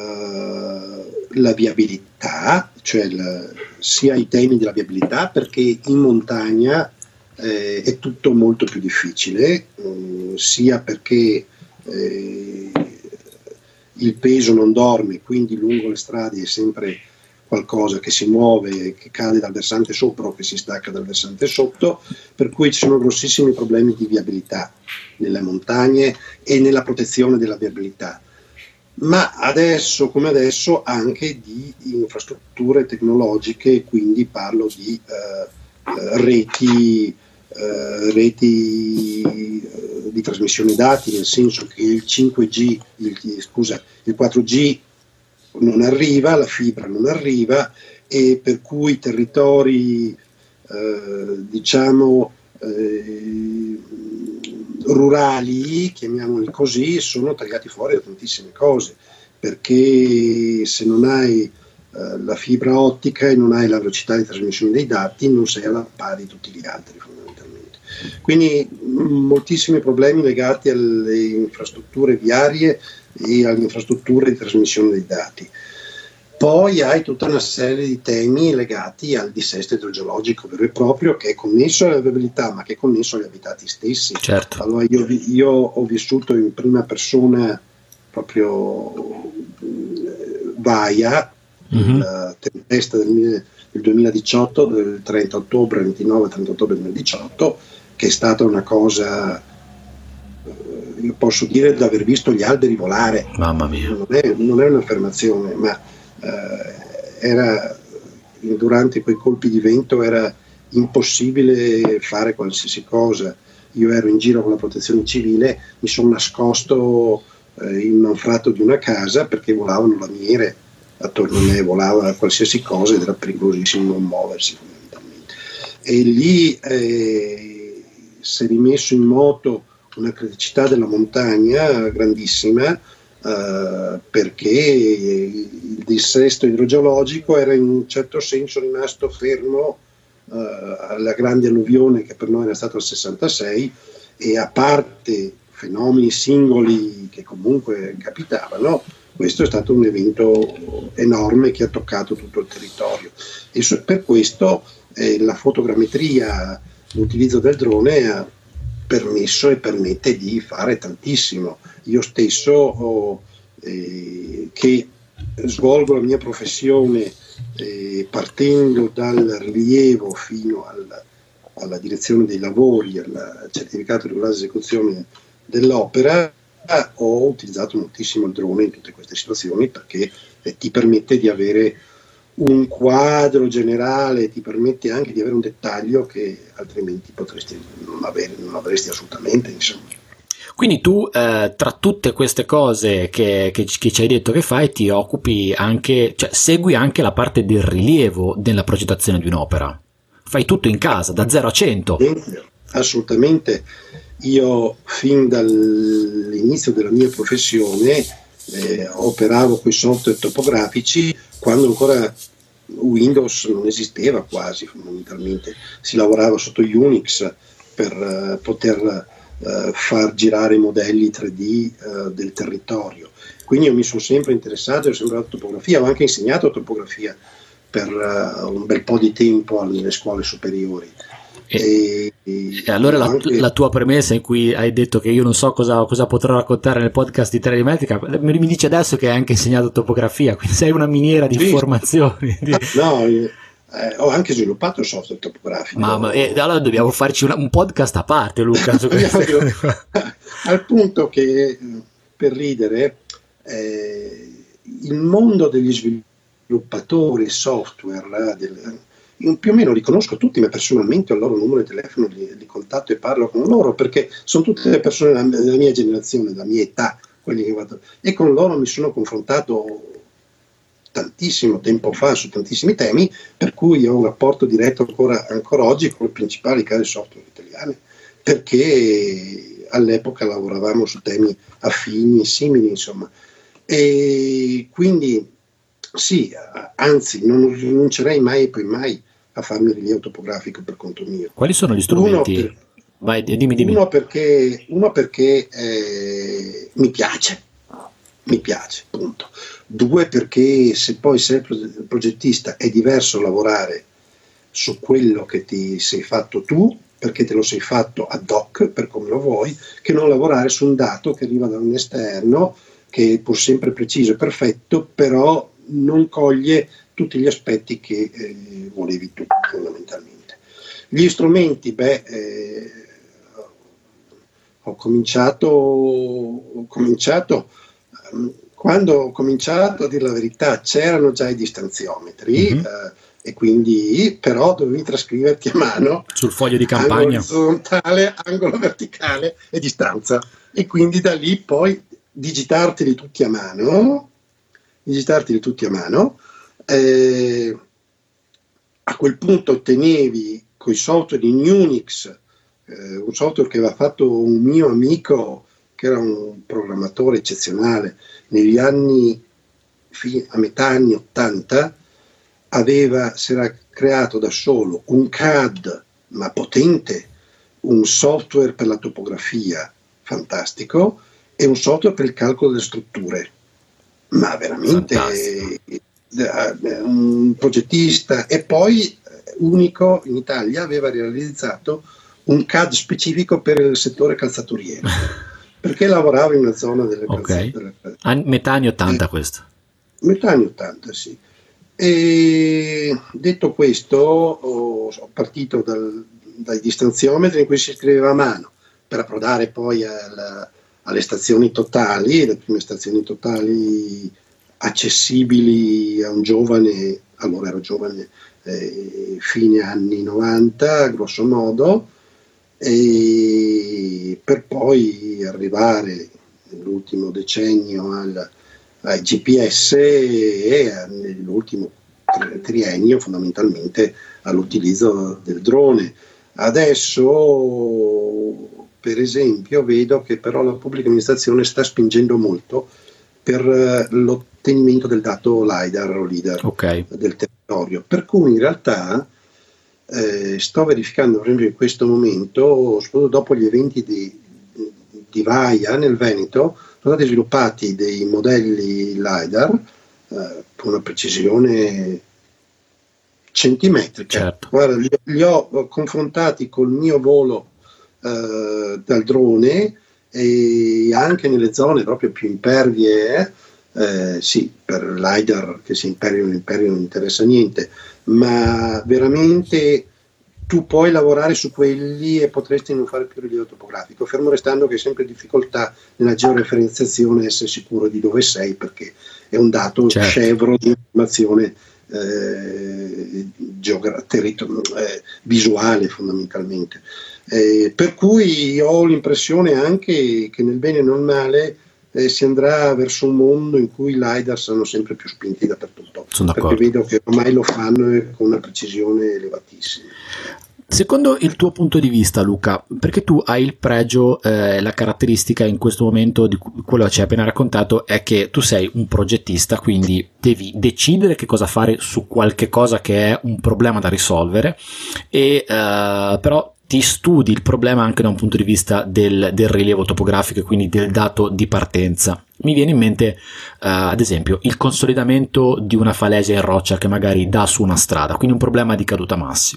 eh, la viabilità, cioè la, sia i temi della viabilità, perché in montagna eh, è tutto molto più difficile, eh, sia perché eh, il peso non dorme, quindi lungo le strade è sempre qualcosa che si muove, che cade dal versante sopra o che si stacca dal versante sotto, per cui ci sono grossissimi problemi di viabilità nelle montagne e nella protezione della viabilità. Ma adesso come adesso anche di infrastrutture tecnologiche, quindi parlo di eh, reti Uh, reti uh, di trasmissione dati, nel senso che il cinque G, il, scusa, il quattro G non arriva, la fibra non arriva, e per cui i territori uh, diciamo uh, rurali, chiamiamoli così, sono tagliati fuori da tantissime cose, perché se non hai uh, la fibra ottica e non hai la velocità di trasmissione dei dati, non sei alla pari di tutti gli altri. Quindi moltissimi problemi legati alle infrastrutture viarie e alle infrastrutture di trasmissione dei dati. Poi hai tutta una serie di temi legati al dissesto idrogeologico vero e proprio, che è connesso alla viabilità, ma che è connesso agli abitati stessi. Certo. Allora io, io ho vissuto in prima persona proprio Vaia, mm-hmm. la tempesta del, del duemiladiciotto, del trenta ottobre, ventinove trenta ottobre duemiladiciotto, che è stata una cosa, io posso dire di aver visto gli alberi volare. Mamma mia. Non è, non è un'affermazione, ma eh, era, durante quei colpi di vento era impossibile fare qualsiasi cosa. Io ero in giro con la protezione civile, mi sono nascosto eh, in un anfratto di una casa perché volavano lamiere attorno a me, volava qualsiasi cosa ed era pericolosissimo non muoversi fondamentalmente. E lì eh, si è rimesso in moto una criticità della montagna grandissima, eh, perché il dissesto idrogeologico era in un certo senso rimasto fermo eh, alla grande alluvione che per noi era stata il sessantasei, e a parte fenomeni singoli che comunque capitavano, questo è stato un evento enorme che ha toccato tutto il territorio, e per questo eh, la fotogrammetria, l'utilizzo del drone ha permesso e permette di fare tantissimo. Io stesso ho, eh, che svolgo la mia professione eh, partendo dal rilievo fino al, alla direzione dei lavori, al certificato di regolare esecuzione dell'opera, ho utilizzato moltissimo il drone in tutte queste situazioni, perché eh, ti permette di avere un quadro generale, ti permette anche di avere un dettaglio che altrimenti potresti non avere, non avresti assolutamente, insomma. Quindi tu eh, tra tutte queste cose che, che, che ci hai detto che fai, ti occupi anche, cioè segui anche la parte del rilievo della progettazione di un'opera. Fai tutto in casa, da zero a cento. Assolutamente. Io fin dall'inizio della mia professione eh, operavo con i software topografici quando ancora Windows non esisteva quasi, fondamentalmente. Si lavorava sotto Unix per uh, poter uh, far girare i modelli tre D uh, del territorio. Quindi io mi sono sempre interessato, ho sempre dato topografia, ho anche insegnato topografia per uh, un bel po' di tempo alle scuole superiori. E, e, e allora la, anche... la tua premessa in cui hai detto che io non so cosa, cosa potrò raccontare nel podcast di tre D Metrica, mi, mi dice adesso che hai anche insegnato topografia, quindi sei una miniera di sì. informazioni. No, eh, ho anche sviluppato il software topografico. Ma, ma eh, allora dobbiamo farci una, un podcast a parte, Luca. Su Al punto che, per ridere, eh, il mondo degli sviluppatori software, del, io più o meno li conosco tutti, ma personalmente ho il loro numero di telefono, li, li contatto e parlo con loro, perché sono tutte le persone della, della mia generazione, della mia età, quelli che vado, e con loro mi sono confrontato tantissimo tempo fa su tantissimi temi, per cui ho un rapporto diretto ancora, ancora oggi con le principali case software italiane, perché all'epoca lavoravamo su temi affini e simili, insomma. E quindi sì, anzi non rinuncerei mai e poi mai a farmi il rilievo topografico per conto mio. Quali sono gli strumenti? Uno, per, Vai, dimmi, dimmi. uno perché, uno perché eh, mi piace, mi piace, punto. Due, perché se poi sei il progettista è diverso lavorare su quello che ti sei fatto tu, perché te lo sei fatto ad hoc, per come lo vuoi, che non lavorare su un dato che arriva da un esterno, che è pur sempre preciso e perfetto, però non coglie tutti gli aspetti che eh, volevi tu, fondamentalmente. Gli strumenti, beh, eh, ho cominciato, ho cominciato um, quando ho cominciato, a dire la verità, c'erano già i distanziometri, mm-hmm. eh, e quindi però dovevi trascriverti a mano sul foglio di campagna, angolo orizzontale, angolo verticale e distanza, e quindi da lì poi digitarteli tutti a mano, digitarteli tutti a mano. Eh, a quel punto ottenevi con i software di Unix, eh, un software che aveva fatto un mio amico che era un programmatore eccezionale negli anni, a metà anni ottanta, aveva, si era creato da solo un C A D ma potente, un software per la topografia fantastico e un software per il calcolo delle strutture, ma veramente eh, un progettista. E poi unico in Italia aveva realizzato un C A D specifico per il settore calzaturiero perché lavorava in una zona delle okay. calzature. An- metà anni ottanta eh, questo metà anni ottanta, sì. E detto questo, ho, ho partito dal, dai distanziometri in cui si scriveva a mano per approdare poi alla, alle stazioni totali, le prime stazioni totali accessibili a un giovane, allora ero giovane, eh, fine anni novanta grosso modo, e per poi arrivare nell'ultimo decennio al, ai G P S e nell'ultimo triennio fondamentalmente all'utilizzo del drone. Adesso, per esempio, vedo che però la pubblica amministrazione sta spingendo molto per l'ottenimento del dato LiDAR o LiDAR okay. del territorio, per cui in realtà eh, sto verificando, per esempio in questo momento, soprattutto dopo gli eventi di, di Vaia nel Veneto, sono stati sviluppati dei modelli LiDAR eh, con una precisione centimetrica. Certo. Guarda, li, li ho confrontati col mio volo eh, dal drone, e anche nelle zone proprio più impervie, eh, sì, per LiDAR che si impervia o non impervia non interessa niente, ma veramente tu puoi lavorare su quelli e potresti non fare più rilievo topografico, fermo restando che hai sempre difficoltà nella georeferenziazione essere sicuro di dove sei, perché è un dato certo. scevro di informazione eh, geogra- territor- eh, visuale fondamentalmente. Eh, per cui ho l'impressione anche che nel bene e nel male eh, si andrà verso un mondo in cui i LiDAR saranno sempre più spinti dappertutto, perché vedo che ormai lo fanno con una precisione elevatissima. Secondo il tuo punto di vista, Luca, perché tu hai il pregio, eh, la caratteristica in questo momento di quello che ci hai appena raccontato è che tu sei un progettista, quindi devi decidere che cosa fare su qualche cosa che è un problema da risolvere, e eh, però ti studi il problema anche da un punto di vista del, del rilievo topografico e quindi del dato di partenza. Mi viene in mente, uh, ad esempio, il consolidamento di una falesia in roccia che magari dà su una strada, quindi un problema di caduta massi.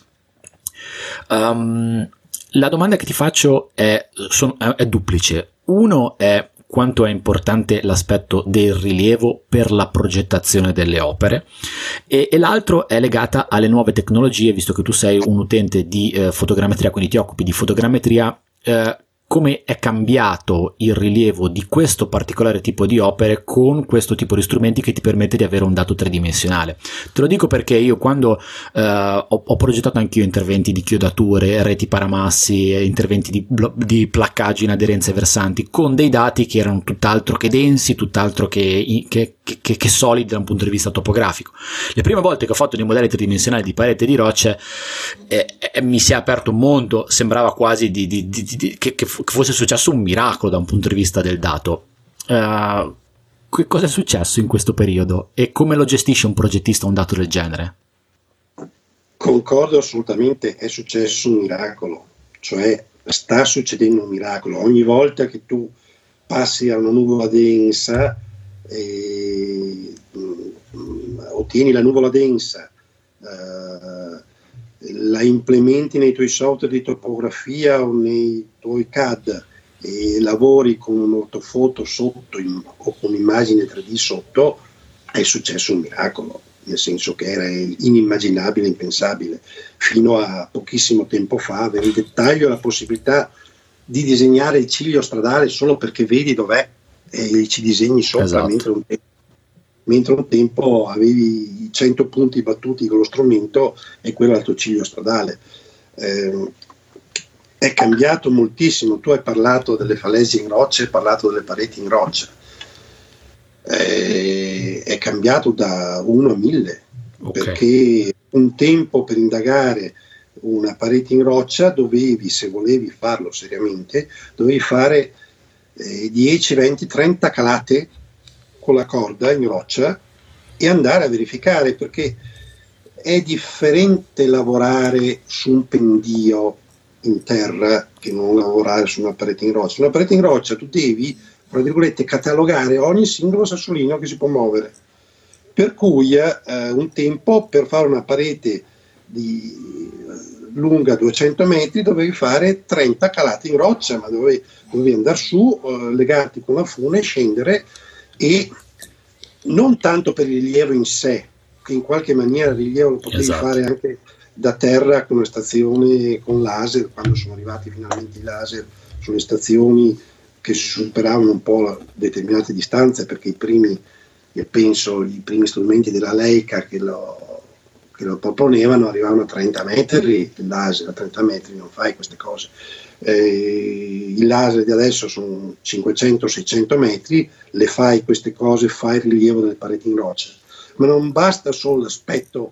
Um, la domanda che ti faccio è, sono, è duplice. Uno è quanto è importante l'aspetto del rilievo per la progettazione delle opere, e, e l'altro è legata alle nuove tecnologie, visto che tu sei un utente di eh, fotogrammetria, quindi ti occupi di fotogrammetria. eh, Come è cambiato il rilievo di questo particolare tipo di opere con questo tipo di strumenti che ti permette di avere un dato tridimensionale? Te lo dico perché io quando eh, ho, ho progettato anch'io interventi di chiodature, reti paramassi, interventi di, di placcaggio in aderenze versanti con dei dati che erano tutt'altro che densi, tutt'altro che, che, che, che solidi da un punto di vista topografico. Le prime volte che ho fatto dei modelli tridimensionali di parete e di rocce eh, eh, mi si è aperto un mondo, sembrava quasi di, di, di, di, che, che che fosse successo un miracolo da un punto di vista del dato. Uh, che cosa è successo in questo periodo e come lo gestisce un progettista un dato del genere? Concordo assolutamente, è successo un miracolo, cioè sta succedendo un miracolo. Ogni volta che tu passi a una nuvola densa e ottieni la nuvola densa, uh, la implementi nei tuoi software di topografia o nei tuoi C A D e lavori con un ortofoto sotto in, o con un'immagine tre D sotto, è successo un miracolo, nel senso che era inimmaginabile, impensabile. Fino a pochissimo tempo fa avere il dettaglio e la possibilità di disegnare il ciglio stradale solo perché vedi dov'è e ci disegni sopra, esatto. mentre un tempo mentre un tempo avevi i cento punti battuti con lo strumento e quello era il tuo ciglio stradale. Eh, è cambiato moltissimo. Tu hai parlato delle falesie in roccia, hai parlato delle pareti in roccia. Eh, è cambiato da uno a mille, okay. Perché un tempo per indagare una parete in roccia dovevi, se volevi farlo seriamente, dovevi fare eh, dieci, venti, trenta calate con la corda in roccia e andare a verificare, perché è differente lavorare su un pendio in terra che non lavorare su una parete in roccia. Una parete in roccia tu devi, tra virgolette, catalogare ogni singolo sassolino che si può muovere, per cui eh, un tempo per fare una parete di lunga duecento metri dovevi fare trenta calate in roccia, ma dovevi, dovevi andare su, eh, legarti con la fune, scendere, e non tanto per il rilievo in sé, che in qualche maniera il rilievo lo potevi esatto. fare anche da terra con una stazione con laser, quando sono arrivati finalmente i laser sulle stazioni che superavano un po' determinate distanze, perché i primi, io penso, i primi strumenti della Leica che lo, che lo proponevano arrivavano a trenta metri, il laser a trenta metri non fai queste cose. Eh, i laser di adesso sono cinquecento seicento metri, le fai queste cose, fai il rilievo delle pareti in roccia, ma non basta solo l'aspetto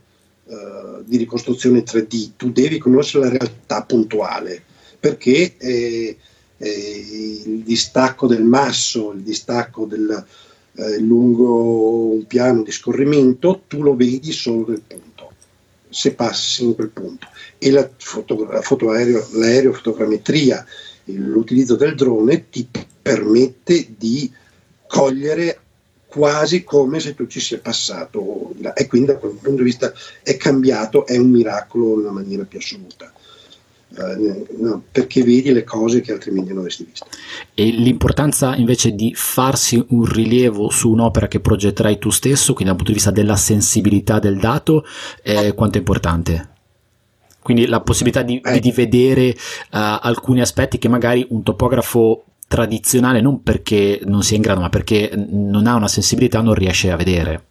uh, di ricostruzione tre D, tu devi conoscere la realtà puntuale, perché eh, eh, il distacco del masso, il distacco del, eh, lungo un piano di scorrimento, tu lo vedi solo nel punto, se passi in quel punto. E la, foto, la foto aereo, l'aerofotogrammetria, l'utilizzo del drone ti permette di cogliere quasi come se tu ci sia passato, e quindi da quel punto di vista è cambiato, è un miracolo nella maniera più assoluta. Uh, no, perché vedi le cose che altrimenti non avresti visto. E l'importanza invece di farsi un rilievo su un'opera che progetterai tu stesso, quindi dal punto di vista della sensibilità del dato, eh, quanto è importante? Quindi la possibilità di, eh. di vedere uh, alcuni aspetti che magari un topografo tradizionale, non perché non sia in grado, ma perché non ha una sensibilità, non riesce a vedere.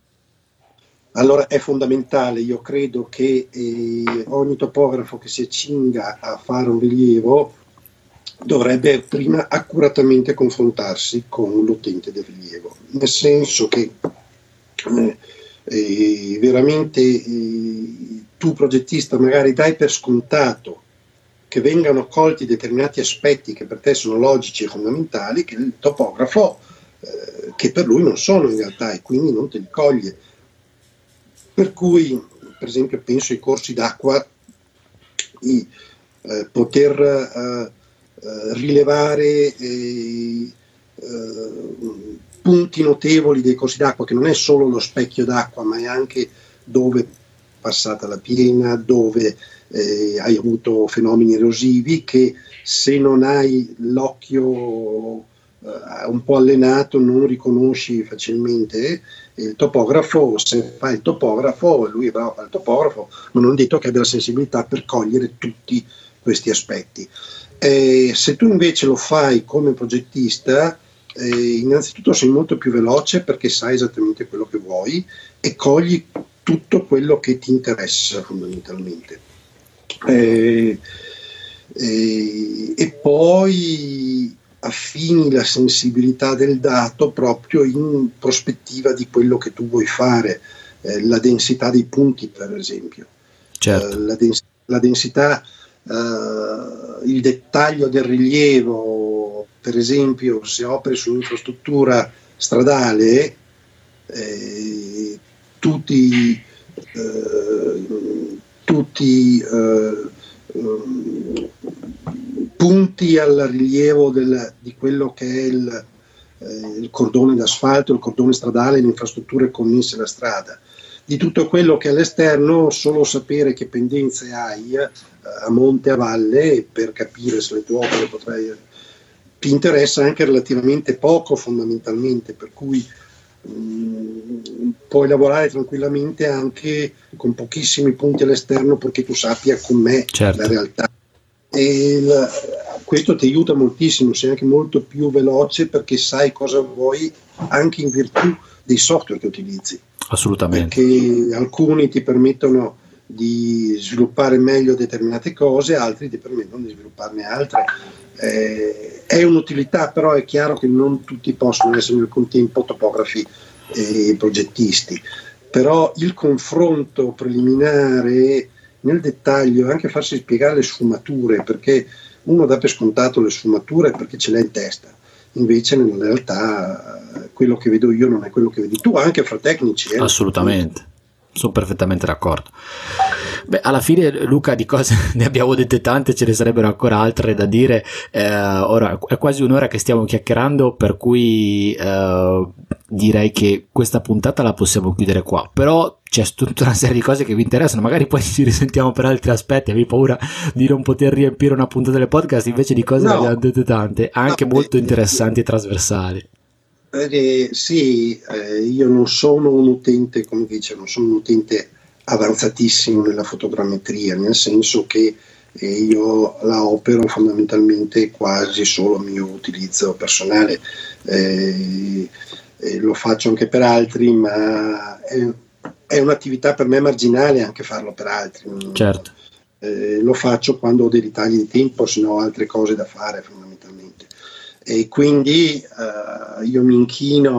Allora è fondamentale, io credo che eh, ogni topografo che si accinga a fare un rilievo dovrebbe prima accuratamente confrontarsi con l'utente del rilievo, nel senso che eh, eh, veramente eh, tu progettista magari dai per scontato che vengano colti determinati aspetti che per te sono logici e fondamentali, che il topografo eh, che per lui non sono in realtà, e quindi non te li coglie. Per cui, per esempio, penso ai corsi d'acqua, di eh, poter eh, eh, rilevare eh, eh, punti notevoli dei corsi d'acqua, che non è solo lo specchio d'acqua, ma è anche dove è passata la piena, dove eh, hai avuto fenomeni erosivi, che se non hai l'occhio eh, un po' allenato non riconosci facilmente. Il topografo, se fa il topografo, lui è bravo a fare il topografo, ma non è detto che abbia la sensibilità per cogliere tutti questi aspetti. E se tu invece lo fai come progettista, eh, innanzitutto sei molto più veloce perché sai esattamente quello che vuoi e cogli tutto quello che ti interessa fondamentalmente. E, e, e poi affini la sensibilità del dato proprio in prospettiva di quello che tu vuoi fare, eh, la densità dei punti per esempio, certo. eh, la, dens- la densità, eh, il dettaglio del rilievo, per esempio se operi su un'infrastruttura stradale, eh, tutti, eh, tutti eh, punti al rilievo del, di quello che è il, eh, il cordone d'asfalto, il cordone stradale, le infrastrutture connesse alla strada. Di tutto quello che è all'esterno, solo sapere che pendenze hai eh, a monte, a valle, per capire se le tue opere potrai, ti interessa anche relativamente poco fondamentalmente, per cui mh, puoi lavorare tranquillamente anche con pochissimi punti all'esterno, perché tu sappia com'è certo. la realtà. E il, questo ti aiuta moltissimo, sei anche molto più veloce perché sai cosa vuoi, anche in virtù dei software che utilizzi. Assolutamente. Perché alcuni ti permettono di sviluppare meglio determinate cose, altri ti permettono di svilupparne altre. Eh, è un'utilità, però è chiaro che non tutti possono essere nel contempo topografi e progettisti. Però il confronto preliminare nel dettaglio, anche farsi spiegare le sfumature, perché uno dà per scontato le sfumature perché ce l'ha in testa, invece nella realtà quello che vedo io non è quello che vedi tu, anche fra tecnici. Eh? Assolutamente, sono perfettamente d'accordo. Beh, alla fine, Luca, di cose ne abbiamo dette tante, ce ne sarebbero ancora altre da dire. Eh, ora è quasi un'ora che stiamo chiacchierando, per cui eh, direi che questa puntata la possiamo chiudere qua. Però c'è tutta una serie di cose che vi interessano, magari poi ci risentiamo per altri aspetti. Avevi paura di non poter riempire una puntata del podcast, invece di cose no. ne abbiamo dette tante, anche no, molto eh, interessanti e trasversali. Eh, sì, eh, io non sono un utente, come dice, non sono un utente avanzatissimo nella fotogrammetria, nel senso che eh, io la opero fondamentalmente quasi solo a mio utilizzo personale, eh, eh, lo faccio anche per altri, ma è, è un'attività per me marginale anche farlo per altri. Certo. Eh, lo faccio quando ho dei ritagli di tempo, se no ho altre cose da fare fondamentalmente, e quindi eh, io mi inchino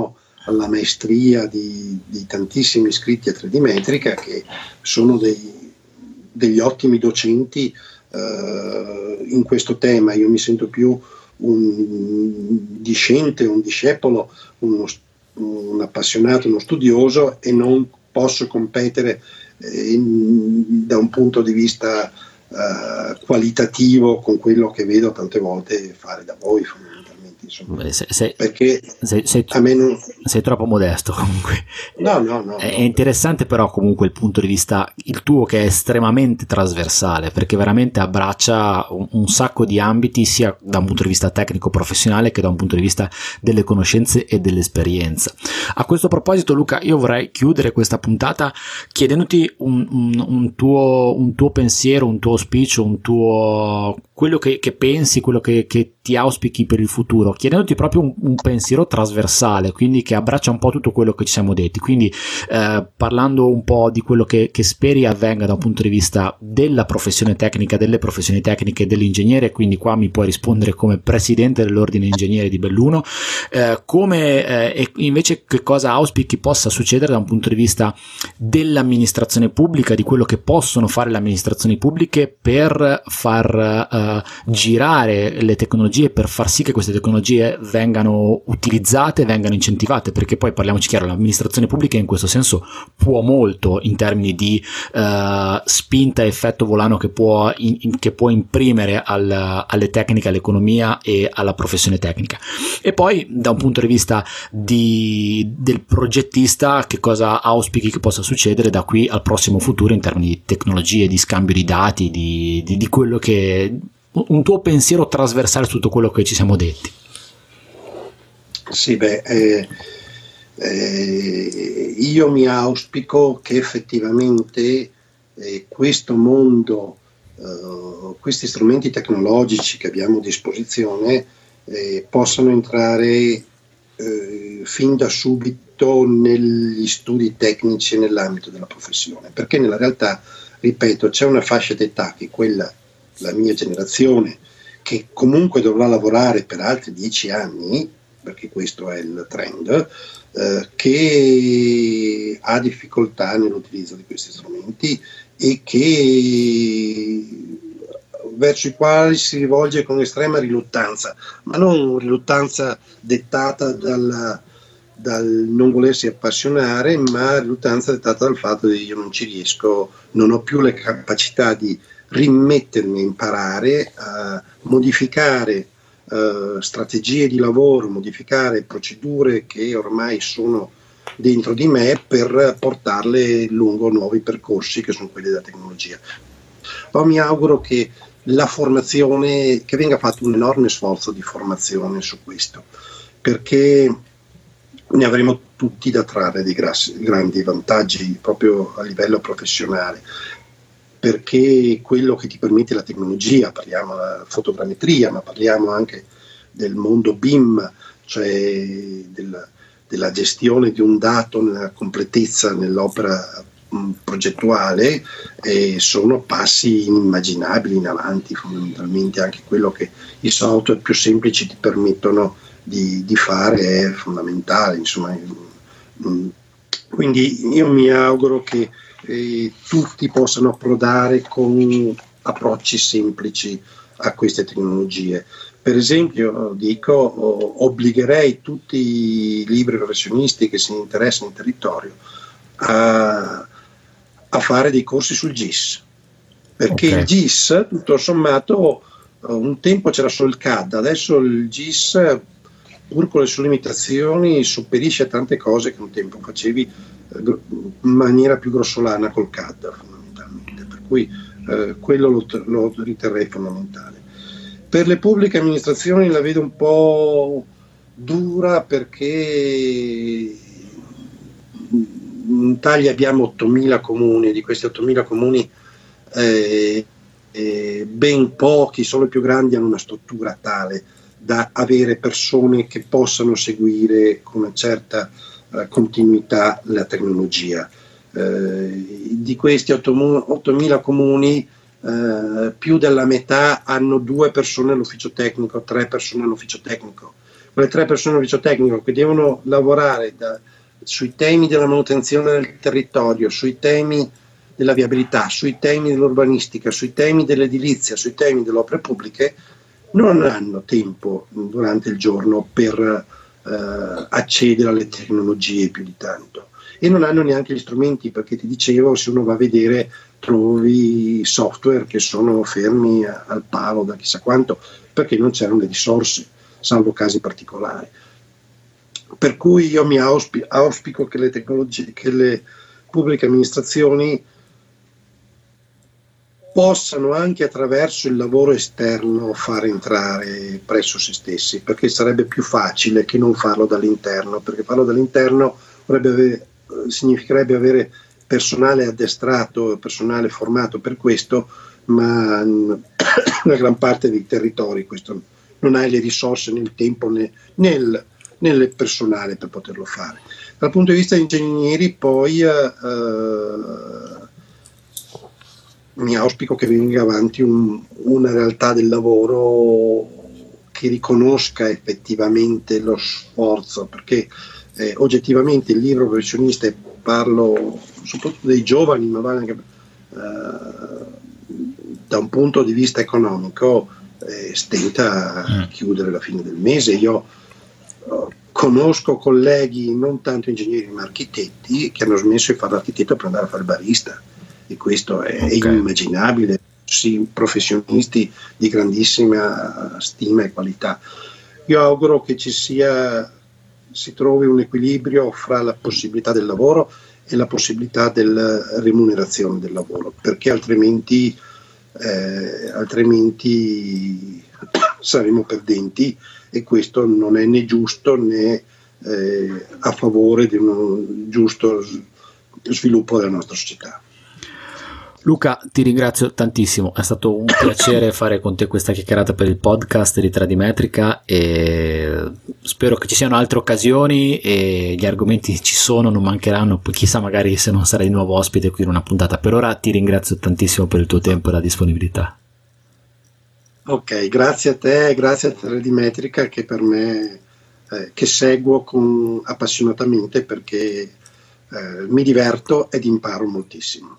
alla maestria di, di tantissimi iscritti a tre D Metrica che sono dei, degli ottimi docenti eh, in questo tema. Io mi sento più un discente, un discepolo, uno, un appassionato, uno studioso, e non posso competere eh, in, da un punto di vista eh, qualitativo con quello che vedo tante volte fare da voi, fondamentalmente, insomma. Beh, sei, sei, perché sei, sei, a me non... sei troppo modesto comunque. No, no, no. È interessante però comunque il punto di vista, il tuo, che è estremamente trasversale, perché veramente abbraccia un, un sacco di ambiti, sia da un punto di vista tecnico professionale che da un punto di vista delle conoscenze e dell'esperienza. A questo proposito, Luca, io vorrei chiudere questa puntata chiedendoti un, un, un, tuo, un tuo pensiero, un tuo auspicio, un tuo... quello che, che pensi, quello che, che ti auspichi per il futuro, chiedendoti proprio un, un pensiero trasversale, quindi che abbraccia un po' tutto quello che ci siamo detti, quindi eh, parlando un po' di quello che, che speri avvenga da un punto di vista della professione tecnica, delle professioni tecniche, dell'ingegnere, quindi qua mi puoi rispondere come presidente dell'ordine ingegneri di Belluno, eh, come eh, e invece che cosa auspichi possa succedere da un punto di vista dell'amministrazione pubblica, di quello che possono fare le amministrazioni pubbliche per far eh, girare le tecnologie, per far sì che queste tecnologie vengano utilizzate, vengano incentivate, perché poi parliamoci chiaro, l'amministrazione pubblica in questo senso può molto in termini di uh, spinta e effetto volano che può, in, in, che può imprimere al, alle tecniche, all'economia e alla professione tecnica. E poi da un punto di vista di, del progettista, che cosa auspichi che possa succedere da qui al prossimo futuro in termini di tecnologie, di scambio di dati, di, di, di quello che... un tuo pensiero trasversale su tutto quello che ci siamo detti. Sì, beh, eh, eh, io mi auspico che effettivamente eh, questo mondo, eh, questi strumenti tecnologici che abbiamo a disposizione eh, possano entrare eh, fin da subito negli studi tecnici nell'ambito della professione, perché nella realtà, ripeto, c'è una fascia d'età che è quella, la mia generazione, che comunque dovrà lavorare per altri dieci anni, perché questo è il trend, eh, che ha difficoltà nell'utilizzo di questi strumenti e che verso i quali si rivolge con estrema riluttanza, ma non riluttanza dettata dalla, dal non volersi appassionare, ma riluttanza dettata dal fatto che io non ci riesco, non ho più le capacità di rimettermi a imparare, a modificare uh, strategie di lavoro, modificare procedure che ormai sono dentro di me per portarle lungo nuovi percorsi che sono quelli della tecnologia. Poi mi auguro che la formazione, che venga fatto un enorme sforzo di formazione su questo, perché ne avremo tutti da trarre dei grassi, grandi vantaggi proprio a livello professionale, perché quello che ti permette la tecnologia, parliamo della fotogrammetria, ma parliamo anche del mondo B I M, cioè del, della gestione di un dato nella completezza nell'opera mh, progettuale, eh, sono passi inimmaginabili in avanti, fondamentalmente anche quello che i software più semplici ti permettono di, di fare è fondamentale, insomma. Mh, quindi io mi auguro che eh, tutti possano approdare con approcci semplici a queste tecnologie. Per esempio, dico, obbligherei tutti i liberi professionisti che si interessano in territorio a, a fare dei corsi sul G I S, perché okay. Il G I S, tutto sommato, un tempo c'era solo il C A D, adesso il G I S, pur con le sue limitazioni, sopperisce a tante cose che un tempo facevi in maniera più grossolana col C A D, fondamentalmente, per cui eh, quello lo, lo riterrei fondamentale. Per le pubbliche amministrazioni la vedo un po' dura, perché in Italia abbiamo ottomila comuni, di questi ottomila comuni eh, eh, ben pochi, solo i più grandi, hanno una struttura tale da avere persone che possano seguire con una certa uh, continuità la tecnologia. Eh, di questi ottomila comuni, Uh, più della metà hanno due persone all'ufficio tecnico, tre persone all'ufficio tecnico, le tre persone dell'ufficio tecnico che devono lavorare da, sui temi della manutenzione del territorio, sui temi della viabilità, sui temi dell'urbanistica, sui temi dell'edilizia, sui temi delle opere pubbliche, non hanno tempo durante il giorno per eh, accedere alle tecnologie più di tanto, e non hanno neanche gli strumenti, perché ti dicevo, se uno va a vedere trovi software che sono fermi a, al palo da chissà quanto, perché non c'erano le risorse, salvo casi particolari. Per cui io mi auspi- auspico che le tecnologie, che le pubbliche amministrazioni possano anche attraverso il lavoro esterno far entrare presso se stessi, perché sarebbe più facile che non farlo dall'interno, perché farlo dall'interno avere, significherebbe avere personale addestrato, personale formato per questo, ma in una gran parte dei territori questo non hai le risorse né il tempo né nel, nel personale per poterlo fare. Dal punto di vista degli ingegneri poi eh, mi auspico che venga avanti un, una realtà del lavoro che riconosca effettivamente lo sforzo, perché eh, oggettivamente il libero professionista, e parlo soprattutto dei giovani, ma vale anche eh, da un punto di vista economico, eh, stenta a chiudere la fine del mese. Io eh, conosco colleghi, non tanto ingegneri ma architetti, che hanno smesso di fare l'architetto per andare a fare il barista, e questo è okay. inimmaginabile. Sì, professionisti di grandissima stima e qualità. Io auguro che ci sia, si trovi un equilibrio fra la possibilità del lavoro e la possibilità della remunerazione del lavoro, perché altrimenti eh, altrimenti saremo perdenti, e questo non è né giusto né eh, a favore di un giusto sviluppo della nostra società. Luca, ti ringrazio tantissimo, è stato un piacere fare con te questa chiacchierata per il podcast di tre D Metrica, e spero che ci siano altre occasioni, e gli argomenti ci sono, non mancheranno, poi chissà, magari se non sarai di nuovo ospite qui in una puntata. Per ora ti ringrazio tantissimo per il tuo tempo e la disponibilità. Ok, grazie a te, grazie a tre D Metrica, che per me eh, che seguo con, appassionatamente, perché eh, mi diverto ed imparo moltissimo.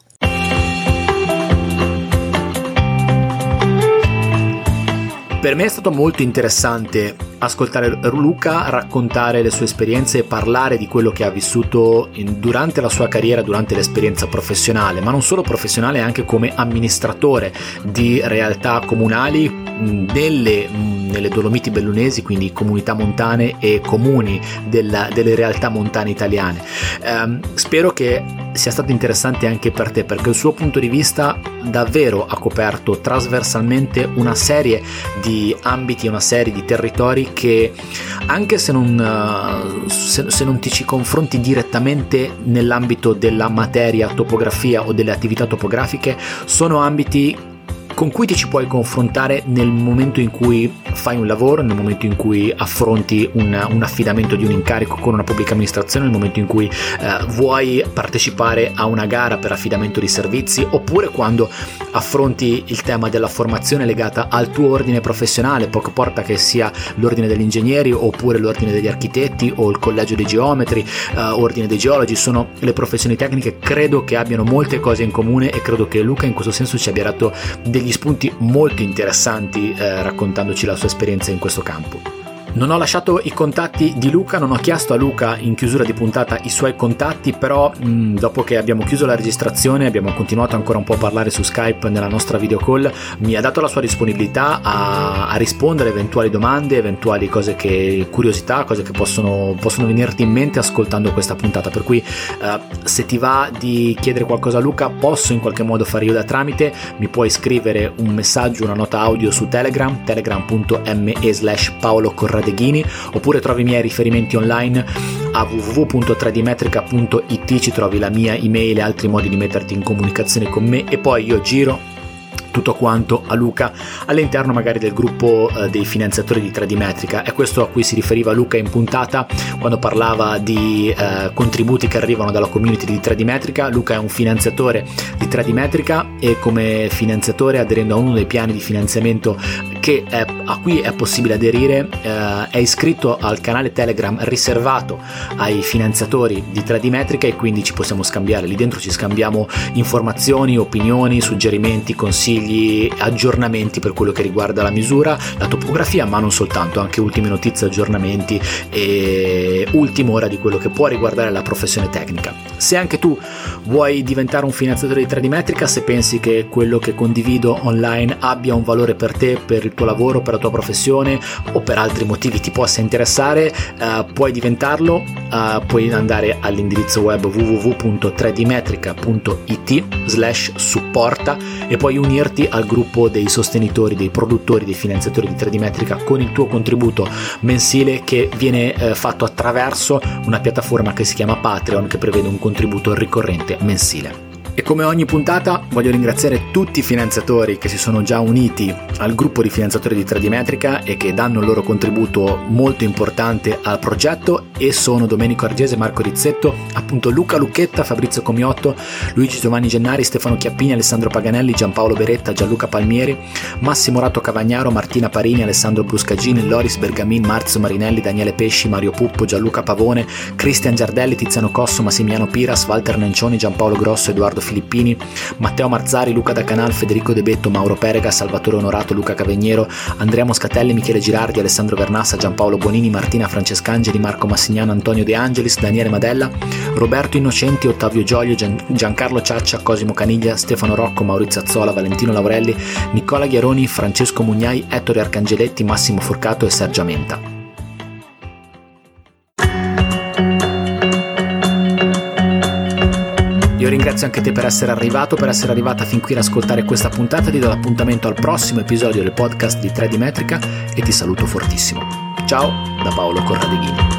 Per me è stato molto interessante ascoltare Luca raccontare le sue esperienze e parlare di quello che ha vissuto in, durante la sua carriera, durante l'esperienza professionale, ma non solo professionale, anche come amministratore di realtà comunali nelle, nelle Dolomiti Bellunesi, quindi comunità montane e comuni della, delle realtà montane italiane. Eh, spero che sia stato interessante anche per te, perché il suo punto di vista davvero ha coperto trasversalmente una serie di ambiti, una serie di territori che, anche se non, se, se non ti ci confronti direttamente nell'ambito della materia topografia o delle attività topografiche, sono ambiti con cui ti ci puoi confrontare nel momento in cui fai un lavoro, nel momento in cui affronti un, un affidamento di un incarico con una pubblica amministrazione, nel momento in cui eh, vuoi partecipare a una gara per affidamento di servizi, oppure quando affronti il tema della formazione legata al tuo ordine professionale, poco importa che sia l'ordine degli ingegneri oppure l'ordine degli architetti o il collegio dei geometri, eh, ordine dei geologi. Sono le professioni tecniche, credo che abbiano molte cose in comune, e credo che Luca in questo senso ci abbia dato degli spunti molto interessanti eh, raccontandoci la sua esperienza in questo campo. Non ho lasciato i contatti di Luca, non ho chiesto a Luca in chiusura di puntata i suoi contatti, però mh, dopo che abbiamo chiuso la registrazione, abbiamo continuato ancora un po' a parlare su Skype nella nostra video call, mi ha dato la sua disponibilità a, a rispondere a eventuali domande, eventuali cose che, curiosità, cose che possono, possono venirti in mente ascoltando questa puntata, per cui eh, se ti va di chiedere qualcosa a Luca, posso in qualche modo fare io da tramite. Mi puoi scrivere un messaggio, una nota audio su Telegram, telegram punto me slash Paolo Corradeghini, oppure trovi i miei riferimenti online a w w w punto tre d metrica punto i t, ci trovi la mia email e altri modi di metterti in comunicazione con me, e poi io giro tutto quanto a Luca all'interno magari del gruppo eh, dei finanziatori di tre D Metrica. È questo a cui si riferiva Luca in puntata quando parlava di eh, contributi che arrivano dalla community di tre D Metrica. Luca è un finanziatore di tre D Metrica, e come finanziatore, aderendo a uno dei piani di finanziamento che è, a cui è possibile aderire, eh, è iscritto al canale Telegram riservato ai finanziatori di tre D Metrica, e quindi ci possiamo scambiare. Lì dentro ci scambiamo informazioni, opinioni, suggerimenti, consigli, aggiornamenti per quello che riguarda la misura, la topografia, ma non soltanto, anche ultime notizie, aggiornamenti e ultima ora di quello che può riguardare la professione tecnica. Se anche tu vuoi diventare un finanziatore di tre D Metrica, se pensi che quello che condivido online abbia un valore per te, per il tuo lavoro, per la tua professione o per altri motivi ti possa interessare, uh, puoi diventarlo. Uh, puoi andare all'indirizzo web w w w punto tre d metrica punto i t slash supporta e puoi unirti al gruppo dei sostenitori, dei produttori, dei finanziatori di tre D Metrica con il tuo contributo mensile, che viene uh, fatto attraverso una piattaforma che si chiama Patreon, che prevede un contributo ricorrente mensile. E come ogni puntata voglio ringraziare tutti i finanziatori che si sono già uniti al gruppo di finanziatori di tre D Metrica e che danno il loro contributo molto importante al progetto, e sono Domenico Argese, Marco Rizzetto, appunto Luca Lucchetta, Fabrizio Comiotto, Luigi Giovanni Gennari, Stefano Chiappini, Alessandro Paganelli, Giampaolo Beretta, Gianluca Palmieri, Massimo Rato Cavagnaro, Martina Parini, Alessandro Bruscagini, Loris Bergamin, Marzio Marinelli, Daniele Pesci, Mario Puppo, Gianluca Pavone, Cristian Giardelli, Tiziano Cosso, Massimiliano Piras, Walter Nencioni, Giampaolo Grosso, Edoardo Filippini, Matteo Marzari, Luca Da Canal, Federico De Betto, Mauro Perega, Salvatore Onorato, Luca Cavegniero, Andrea Moscatelli, Michele Girardi, Alessandro Vernassa, Giampaolo Bonini, Martina Francescangeli, Marco Massignano, Antonio De Angelis, Daniele Madella, Roberto Innocenti, Ottavio Gioglio, Gian- Giancarlo Ciaccia, Cosimo Caniglia, Stefano Rocco, Maurizio Azzola, Valentino Laurelli, Nicola Ghiaroni, Francesco Mugnai, Ettore Arcangeletti, Massimo Furcato e Sergio Menta. Io ringrazio anche te per essere arrivato, per essere arrivata fin qui ad ascoltare questa puntata. Ti do l'appuntamento al prossimo episodio del podcast di tre D Metrica e ti saluto fortissimo. Ciao da Paolo Corradeghini.